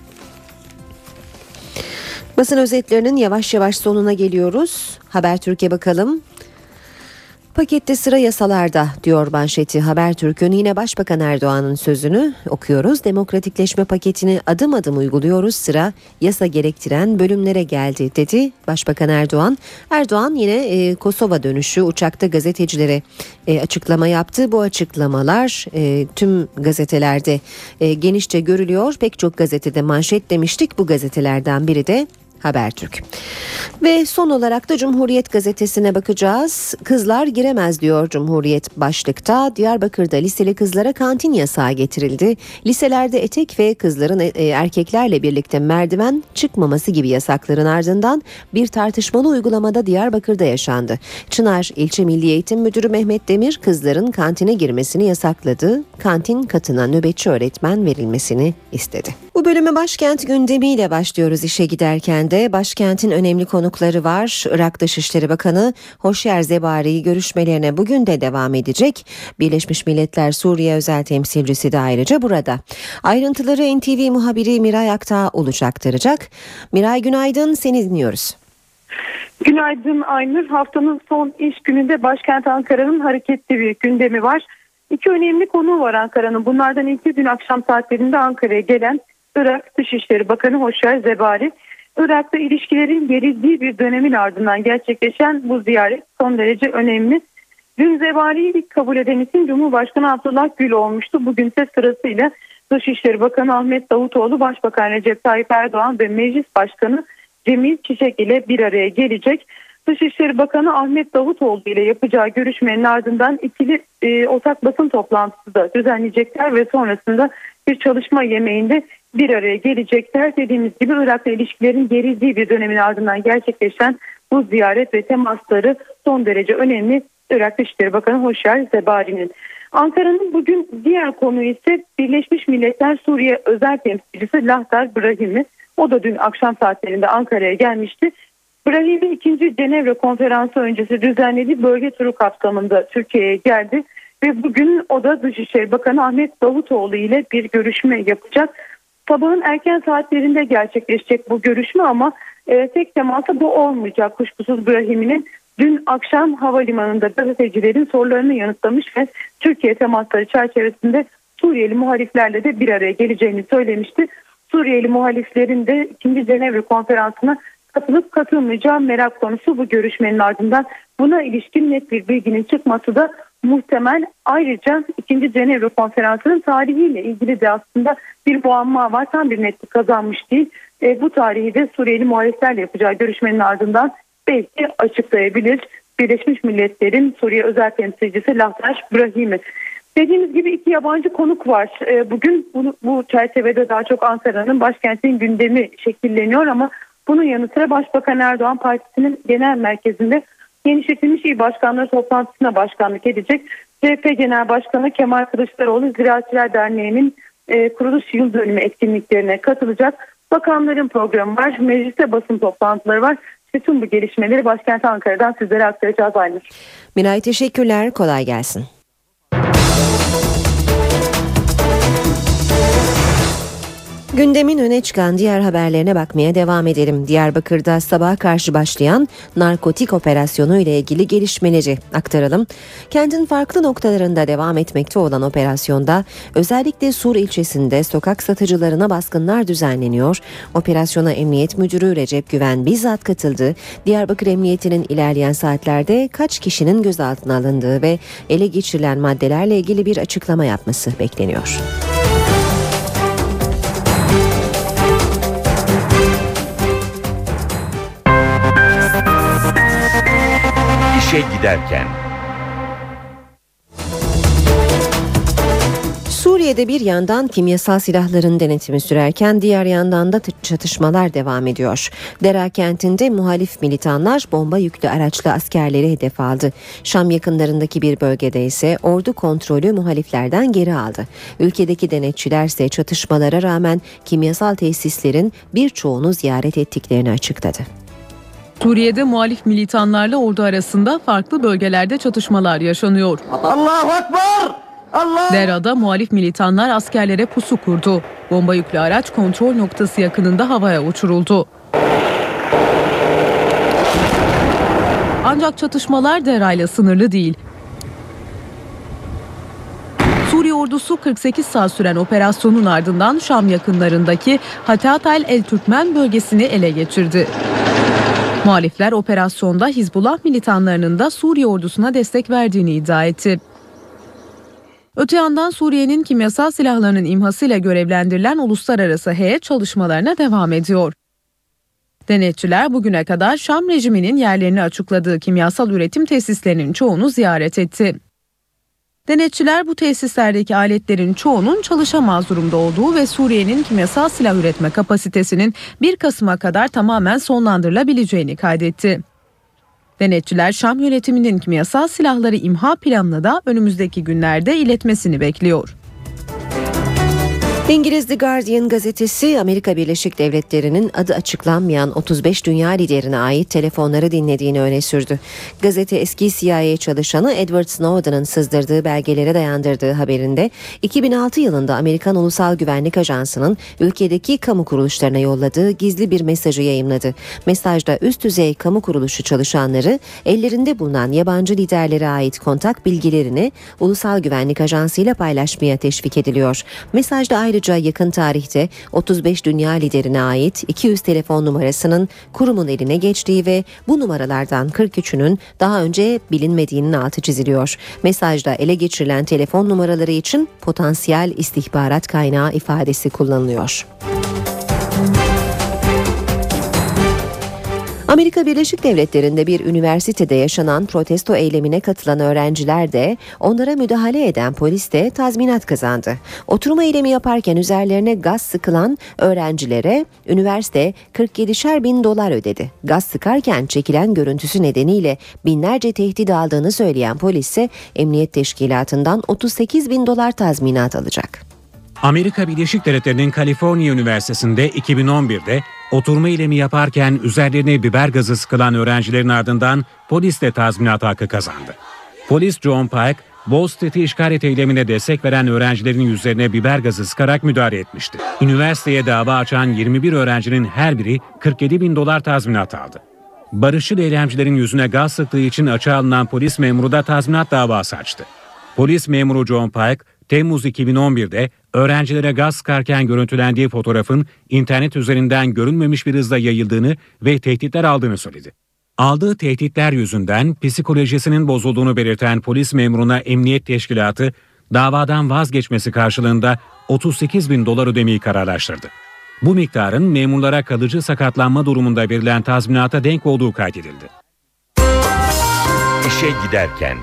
Basın özetlerinin yavaş yavaş sonuna geliyoruz. Habertürk'e bakalım. Pakette sıra yasalarda diyor manşeti Habertürk'ün. Yine Başbakan Erdoğan'ın sözünü okuyoruz. Demokratikleşme paketini adım adım uyguluyoruz. Sıra yasa gerektiren bölümlere geldi dedi Başbakan Erdoğan. Erdoğan yine Kosova dönüşü uçakta gazetecilere açıklama yaptı. Bu açıklamalar tüm gazetelerde genişçe görülüyor. Pek çok gazetede manşet demiştik. Bu gazetelerden biri de Habertürk. Ve son olarak da Cumhuriyet gazetesine bakacağız. Kızlar giremez diyor Cumhuriyet başlıkta. Diyarbakır'da liseli kızlara kantin yasağı getirildi. Liselerde etek ve kızların erkeklerle birlikte merdiven çıkmaması gibi yasakların ardından bir tartışmalı uygulamada Diyarbakır'da yaşandı. Çınar İlçe Milli Eğitim Müdürü Mehmet Demir kızların kantine girmesini yasakladı. Kantin katına nöbetçi öğretmen verilmesini istedi. Bu bölümü başkent gündemiyle başlıyoruz işe giderken de. Başkentin önemli konukları var. Irak Dışişleri Bakanı Hoşyer Zebari görüşmelerine bugün de devam edecek. Birleşmiş Milletler Suriye Özel Temsilcisi de ayrıca burada. Ayrıntıları NTV muhabiri Miray Aktağ aktaracak. Miray günaydın, seni dinliyoruz. Günaydın Aynur. Haftanın son iş gününde başkent Ankara'nın hareketli bir gündemi var. İki önemli konu var Ankara'nın. Bunlardan ilki dün akşam saatlerinde Ankara'ya gelen Irak Dışişleri Bakanı Hoşyer Zebari. Irak'ta ilişkilerin gerildiği bir dönemin ardından gerçekleşen bu ziyaret son derece önemli. Dün Zebari'yi ilk kabul eden isim Cumhurbaşkanı Abdullah Gül olmuştu. Bugün ise sırasıyla Dışişleri Bakanı Ahmet Davutoğlu, Başbakan Recep Tayyip Erdoğan ve Meclis Başkanı Cemil Çiçek ile bir araya gelecek. Dışişleri Bakanı Ahmet Davutoğlu ile yapacağı görüşmenin ardından ikili ortak basın toplantısı da düzenleyecekler ve sonrasında bir çalışma yemeğinde bir araya gelecekler. Dediğimiz gibi Irak'la ilişkilerin gerildiği bir dönemin ardından gerçekleşen bu ziyaret ve temasları son derece önemli. Irak Dışişleri Bakanı Hoşyer Zebari'nin. Ankara'nın bugün diğer konu ise Birleşmiş Milletler Suriye Özel Temsilcisi Lahtar Brahimi. O da dün akşam saatlerinde Ankara'ya gelmişti. Brahimi 2. Cenevre Konferansı öncesi düzenlediği bölge turu kapsamında Türkiye'ye geldi. Ve bugün o da Dışişleri Bakanı Ahmet Davutoğlu ile bir görüşme yapacak. Sabahın erken saatlerinde gerçekleşecek bu görüşme ama tek teması bu olmayacak. Kuşkusuz Brahimi'nin dün akşam havalimanında gazetecilerin sorularını yanıtlamış ve Türkiye temasları çerçevesinde Suriyeli muhaliflerle de bir araya geleceğini söylemişti. Suriyeli muhaliflerin de 2. Cenevre Konferansı'na katılıp katılmayacağı merak konusu bu görüşmenin ardından buna ilişkin net bir bilginin çıkması da muhtemel. Ayrıca 2. Cenevre Konferansı'nın tarihiyle ilgili de aslında bir muamma var. Tam bir netlik kazanmış değil. Bu tarihi de Suriyeli muhaliflerle yapacağı görüşmenin ardından belki açıklayabilir. Birleşmiş Milletler'in Suriye özel temsilcisi Lahtaş Brahimi. Dediğimiz gibi 2 yabancı konuk var. Bugün bu çerçevede daha çok Ankara'nın başkentinin gündemi şekilleniyor ama bunun yanı sıra Başbakan Erdoğan Partisi'nin genel merkezinde genişletilmiş il başkanları toplantısına başkanlık edecek. CHP Genel Başkanı Kemal Kılıçdaroğlu Ziraatçılar Derneği'nin kuruluş yıl dönümü etkinliklerine katılacak. Bakanların programı var, mecliste basın toplantıları var. Tüm bu gelişmeleri başkent Ankara'dan sizlere aktaracağız Aynur. Miray teşekkürler, kolay gelsin. Gündemin öne çıkan diğer haberlerine bakmaya devam edelim. Diyarbakır'da sabaha karşı başlayan narkotik operasyonu ile ilgili gelişmeleri aktaralım. Kentin farklı noktalarında devam etmekte olan operasyonda özellikle Sur ilçesinde sokak satıcılarına baskınlar düzenleniyor. Operasyona Emniyet Müdürü Recep Güven bizzat katıldı. Diyarbakır Emniyeti'nin ilerleyen saatlerde kaç kişinin gözaltına alındığı ve ele geçirilen maddelerle ilgili bir açıklama yapması bekleniyor. İşe giderken. Suriye'de bir yandan kimyasal silahların denetimi sürerken diğer yandan da çatışmalar devam ediyor. Dera kentinde muhalif militanlar bomba yüklü araçla askerleri hedef aldı. Şam yakınlarındaki bir bölgede ise ordu kontrolü muhaliflerden geri aldı. Ülkedeki denetçiler ise çatışmalara rağmen kimyasal tesislerin birçoğunu ziyaret ettiklerini açıkladı. Suriye'de muhalif militanlarla ordu arasında farklı bölgelerde çatışmalar yaşanıyor. Allahu Ekber! Dera'da muhalif militanlar askerlere pusu kurdu. Bomba yüklü araç kontrol noktası yakınında havaya uçuruldu. Ancak çatışmalar Dera'yla sınırlı değil. Suriye ordusu 48 saat süren operasyonun ardından Şam yakınlarındaki Hatatel El Türkmen bölgesini ele geçirdi. Muhalifler operasyonda Hizbullah militanlarının da Suriye ordusuna destek verdiğini iddia etti. Öte yandan Suriye'nin kimyasal silahlarının imhasıyla görevlendirilen uluslararası heyet çalışmalarına devam ediyor. Denetçiler bugüne kadar Şam rejiminin yerlerini açıkladığı kimyasal üretim tesislerinin çoğunu ziyaret etti. Denetçiler bu tesislerdeki aletlerin çoğunun çalışamaz durumda olduğu ve Suriye'nin kimyasal silah üretme kapasitesinin 1 Kasım'a kadar tamamen sonlandırılabileceğini kaydetti. Denetçiler Şam yönetiminin kimyasal silahları imha planını da önümüzdeki günlerde iletmesini bekliyor. İngiliz The Guardian gazetesi Amerika Birleşik Devletleri'nin adı açıklanmayan 35 dünya liderine ait telefonları dinlediğini öne sürdü. Gazete eski CIA çalışanı Edward Snowden'ın sızdırdığı belgelere dayandırdığı haberinde 2006 yılında Amerikan Ulusal Güvenlik Ajansı'nın ülkedeki kamu kuruluşlarına yolladığı gizli bir mesajı yayımladı. Mesajda üst düzey kamu kuruluşu çalışanları ellerinde bulunan yabancı liderlere ait kontak bilgilerini Ulusal Güvenlik Ajansı ile paylaşmaya teşvik ediliyor. Mesajda ayrıca yakın tarihte 35 dünya liderine ait 200 telefon numarasının kurumun eline geçtiği ve bu numaralardan 43'ünün daha önce bilinmediğinin altı çiziliyor. Mesajda ele geçirilen telefon numaraları için potansiyel istihbarat kaynağı ifadesi kullanılıyor. Amerika Birleşik Devletleri'nde bir üniversitede yaşanan protesto eylemine katılan öğrenciler de onlara müdahale eden polis de tazminat kazandı. Oturma eylemi yaparken üzerlerine gaz sıkılan öğrencilere üniversite 47'şer bin dolar ödedi. Gaz sıkarken çekilen görüntüsü nedeniyle binlerce tehdit aldığını söyleyen polis ise emniyet teşkilatından 38 bin dolar tazminat alacak. Amerika Birleşik Devletleri'nin Kaliforniya Üniversitesi'nde 2011'de oturma eylemi yaparken üzerlerine biber gazı sıkılan öğrencilerin ardından polis de tazminat hakkı kazandı. Polis John Pike, Wall Street'i işgal et eylemine destek veren öğrencilerin yüzlerine biber gazı sıkarak müdahale etmişti. Üniversiteye dava açan 21 öğrencinin her biri 47 bin dolar tazminat aldı. Barışçıl eylemcilerin yüzüne gaz sıktığı için açığa alınan polis memuru da tazminat davası açtı. Polis memuru John Pike, Temmuz 2011'de öğrencilere gaz sıkarken görüntülendiği fotoğrafın internet üzerinden görünmemiş bir hızla yayıldığını ve tehditler aldığını söyledi. Aldığı tehditler yüzünden psikolojisinin bozulduğunu belirten polis memuruna emniyet teşkilatı davadan vazgeçmesi karşılığında $38.000 ödemeyi kararlaştırdı. Bu miktarın memurlara kalıcı sakatlanma durumunda verilen tazminata denk olduğu kaydedildi. İşe giderken.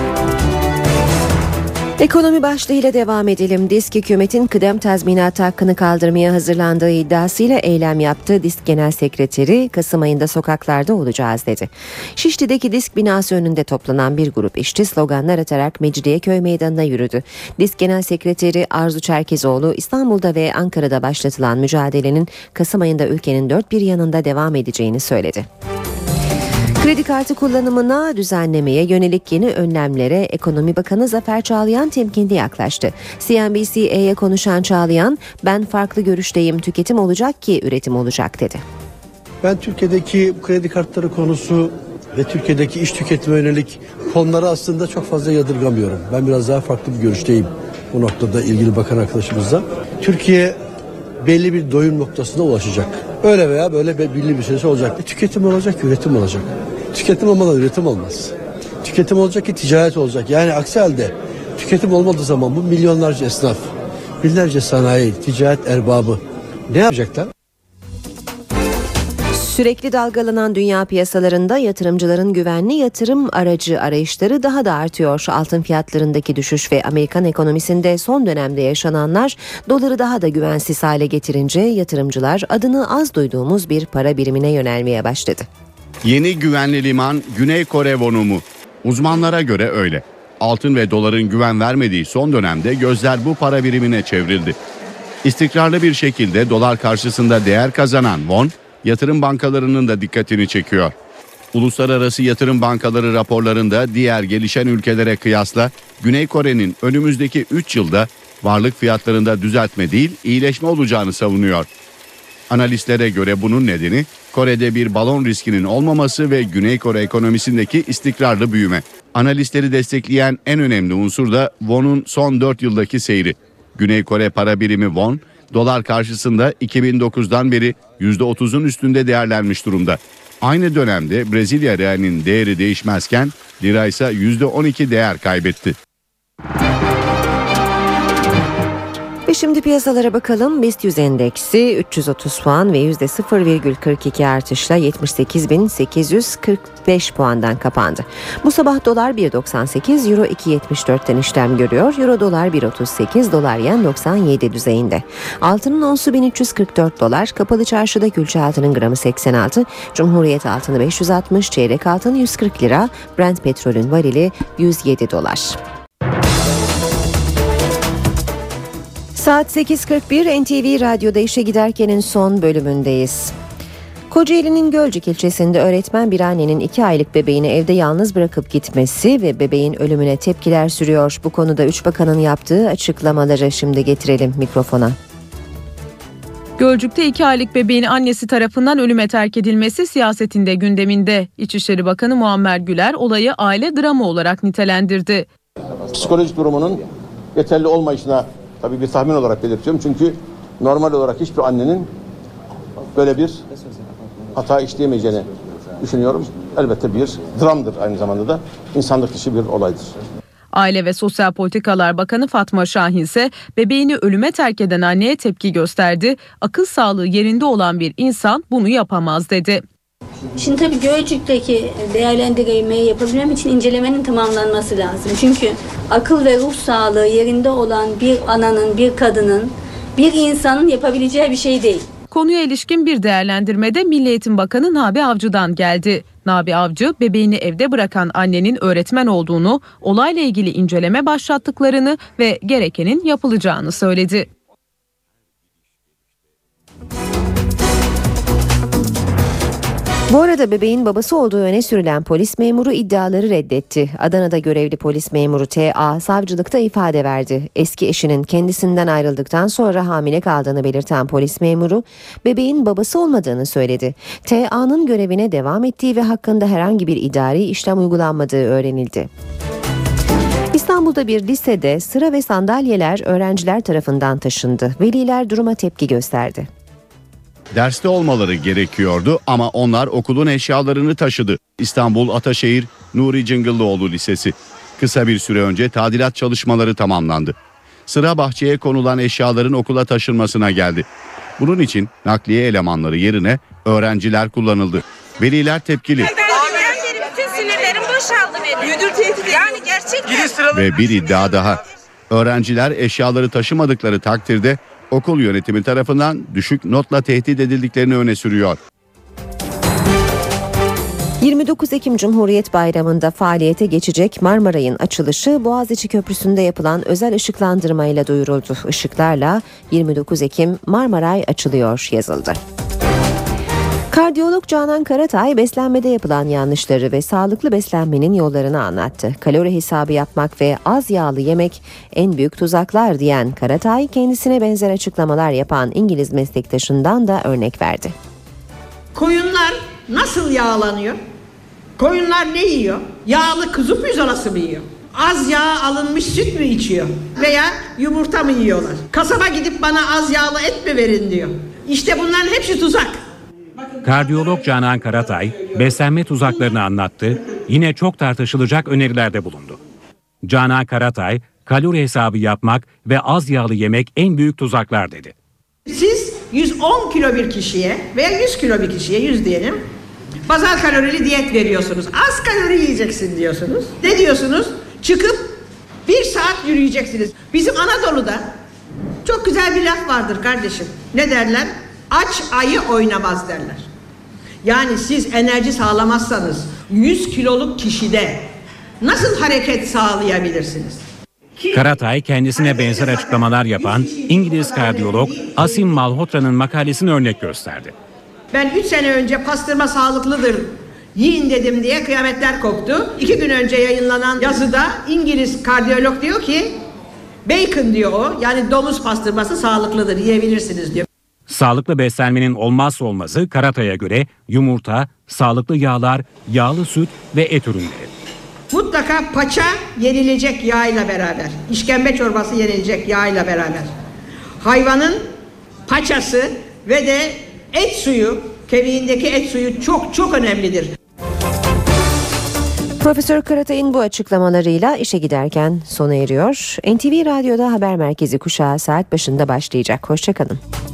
Ekonomi başlığıyla devam edelim. DİSK hükümetin kıdem tazminatı hakkını kaldırmaya hazırlandığı iddiasıyla eylem yaptı. DİSK Genel Sekreteri Kasım ayında sokaklarda olacağız dedi. Şişli'deki DİSK binası önünde toplanan bir grup işçi sloganlar atarak Mecidiyeköy Meydanı'na yürüdü. DİSK Genel Sekreteri Arzu Çerkezoğlu İstanbul'da ve Ankara'da başlatılan mücadelenin Kasım ayında ülkenin dört bir yanında devam edeceğini söyledi. Kredi kartı kullanımına, düzenlemeye yönelik yeni önlemlere Ekonomi Bakanı Zafer Çağlayan temkinli yaklaştı. CNBC'ye konuşan Çağlayan, "Ben farklı görüşteyim, tüketim olacak ki üretim olacak" dedi. Ben Türkiye'deki kredi kartları konusu ve Türkiye'deki iş tüketime yönelik konuları aslında çok fazla yadırgamıyorum. Ben biraz daha farklı bir görüşteyim bu noktada ilgili bakan arkadaşımızla. Türkiye belli bir doyum noktasına ulaşacak. Öyle veya böyle belli bir süresi olacak. Tüketim olacak ki üretim olacak. Tüketim olmadan üretim olmaz. Tüketim olacak ki ticaret olacak. Yani aksi halde tüketim olmadığı zaman bu milyonlarca esnaf, binlerce sanayi, ticaret erbabı ne yapacaklar? Sürekli dalgalanan dünya piyasalarında yatırımcıların güvenli yatırım aracı arayışları daha da artıyor. Altın fiyatlarındaki düşüş ve Amerikan ekonomisinde son dönemde yaşananlar doları daha da güvensiz hale getirince yatırımcılar adını az duyduğumuz bir para birimine yönelmeye başladı. Yeni güvenli liman Güney Kore wonu mu? Uzmanlara göre öyle. Altın ve doların güven vermediği son dönemde gözler bu para birimine çevrildi. İstikrarlı bir şekilde dolar karşısında değer kazanan won, yatırım bankalarının da dikkatini çekiyor. Uluslararası yatırım bankaları raporlarında diğer gelişen ülkelere kıyasla Güney Kore'nin önümüzdeki 3 yılda varlık fiyatlarında düzeltme değil, iyileşme olacağını savunuyor. Analistlere göre bunun nedeni Kore'de bir balon riskinin olmaması ve Güney Kore ekonomisindeki istikrarlı büyüme. Analistleri destekleyen en önemli unsur da won'un son 4 yıldaki seyri. Güney Kore para birimi won, dolar karşısında 2009'dan beri %30'un üstünde değerlenmiş durumda. Aynı dönemde Brezilya realinin değeri değişmezken lira ise %12 değer kaybetti. Ve şimdi piyasalara bakalım. BIST 100 endeksi 330 puan ve %0,42 artışla 78.845 puandan kapandı. Bu sabah dolar 1.98, euro 2.74'ten işlem görüyor. Euro dolar 1.38, dolar yen 97 düzeyinde. Altının onsu 1344 dolar. Kapalı çarşıda külçe altının gramı 86, Cumhuriyet altını 560, çeyrek altın 140 lira, Brent petrolün varili 107 dolar. Saat 8.41 NTV Radyo'da işe giderkenin son bölümündeyiz. Kocaeli'nin Gölcük ilçesinde öğretmen bir annenin 2 aylık bebeğini evde yalnız bırakıp gitmesi ve bebeğin ölümüne tepkiler sürüyor. Bu konuda 3 bakanın yaptığı açıklamaları şimdi getirelim mikrofona. Gölcük'te 2 aylık bebeğin annesi tarafından ölüme terk edilmesi siyasetinde gündeminde. İçişleri Bakanı Muammer Güler olayı aile dramı olarak nitelendirdi. Psikolojik durumunun yeterli olmayışına tabii bir tahmin olarak belirtiyorum. Çünkü normal olarak hiçbir annenin böyle bir hata işleyemeyeceğini düşünüyorum. Elbette bir dramdır, aynı zamanda da insanlık dışı bir olaydır. Aile ve Sosyal Politikalar Bakanı Fatma Şahin ise bebeğini ölüme terk eden anneye tepki gösterdi. Akıl sağlığı yerinde olan bir insan bunu yapamaz dedi. Şimdi tabii Gölcük'teki değerlendirmeyi yapabilmem için incelemenin tamamlanması lazım. Çünkü akıl ve ruh sağlığı yerinde olan bir ananın, bir kadının, bir insanın yapabileceği bir şey değil. Konuya ilişkin bir değerlendirmede Milli Eğitim Bakanı Nabi Avcı'dan geldi. Nabi Avcı, bebeğini evde bırakan annenin öğretmen olduğunu, olayla ilgili inceleme başlattıklarını ve gerekenin yapılacağını söyledi. Bu arada bebeğin babası olduğu öne sürülen polis memuru iddiaları reddetti. Adana'da görevli polis memuru T.A. savcılıkta ifade verdi. Eski eşinin kendisinden ayrıldıktan sonra hamile kaldığını belirten polis memuru bebeğin babası olmadığını söyledi. T.A.'nın görevine devam ettiği ve hakkında herhangi bir idari işlem uygulanmadığı öğrenildi. İstanbul'da bir lisede sıra ve sandalyeler öğrenciler tarafından taşındı. Veliler duruma tepki gösterdi. Derste olmaları gerekiyordu ama onlar okulun eşyalarını taşıdı. İstanbul Ataşehir Nuri Cıngıllıoğlu Lisesi. Kısa bir süre önce tadilat çalışmaları tamamlandı. Sıra bahçeye konulan eşyaların okula taşınmasına geldi. Bunun için nakliye elemanları yerine öğrenciler kullanıldı. Veliler tepkili. Bütün sinirlerim boşaldı benim. Müdür tehdit ediyor. Yani gerçekten. Ve bir iddia daha. Öğrenciler eşyaları taşımadıkları takdirde okul yönetimi tarafından düşük notla tehdit edildiklerini öne sürüyor. 29 Ekim Cumhuriyet Bayramı'nda faaliyete geçecek Marmaray'ın açılışı Boğaziçi Köprüsü'nde yapılan özel ışıklandırmayla duyuruldu. Işıklarla 29 Ekim Marmaray açılıyor yazıldı. Kardiyolog Canan Karatay beslenmede yapılan yanlışları ve sağlıklı beslenmenin yollarını anlattı. Kalori hesabı yapmak ve az yağlı yemek en büyük tuzaklar diyen Karatay, kendisine benzer açıklamalar yapan İngiliz meslektaşından da örnek verdi. Koyunlar nasıl yağlanıyor? Koyunlar ne yiyor? Yağlı kuzu pirzolası mı yiyor? Az yağ alınmış süt mü içiyor? Veya yumurta mı yiyorlar? Kasaba gidip bana az yağlı et mi verin diyor. İşte bunların hepsi tuzak. Kardiyolog Canan Karatay beslenme tuzaklarını anlattı, yine çok tartışılacak önerilerde bulundu. Canan Karatay, kalori hesabı yapmak ve az yağlı yemek en büyük tuzaklar dedi. Siz 110 kilo bir kişiye veya 100 kilo bir kişiye 100 diyelim. Bazal kalorili diyet veriyorsunuz. Az kalori yiyeceksin diyorsunuz. Ne diyorsunuz? Çıkıp 1 saat yürüyeceksiniz. Bizim Anadolu'da çok güzel bir laf vardır kardeşim. Ne derler? Aç ayı oynamaz derler. Yani siz enerji sağlamazsanız 100 kiloluk kişide nasıl hareket sağlayabilirsiniz? Karatay kendisine benzer açıklamalar yapan İngiliz kardiyolog Asim Malhotra'nın makalesini örnek gösterdi. Ben 3 sene önce pastırma sağlıklıdır yiyin dedim diye kıyametler koptu. 2 gün önce yayınlanan yazıda İngiliz kardiyolog diyor ki bacon diyor o, yani domuz pastırması sağlıklıdır, yiyebilirsiniz diyor. Sağlıklı beslenmenin olmazsa olmazı Karatay'a göre yumurta, sağlıklı yağlar, yağlı süt ve et ürünleri. Mutlaka paça yenilecek yağıyla beraber, işkembe çorbası yenilecek yağıyla beraber. Hayvanın paçası ve de et suyu, kemiğindeki et suyu çok önemlidir. Profesör Karatay'ın bu açıklamalarıyla işe giderken sona eriyor. NTV Radyo'da Haber Merkezi kuşağı saat başında başlayacak. Hoşçakalın.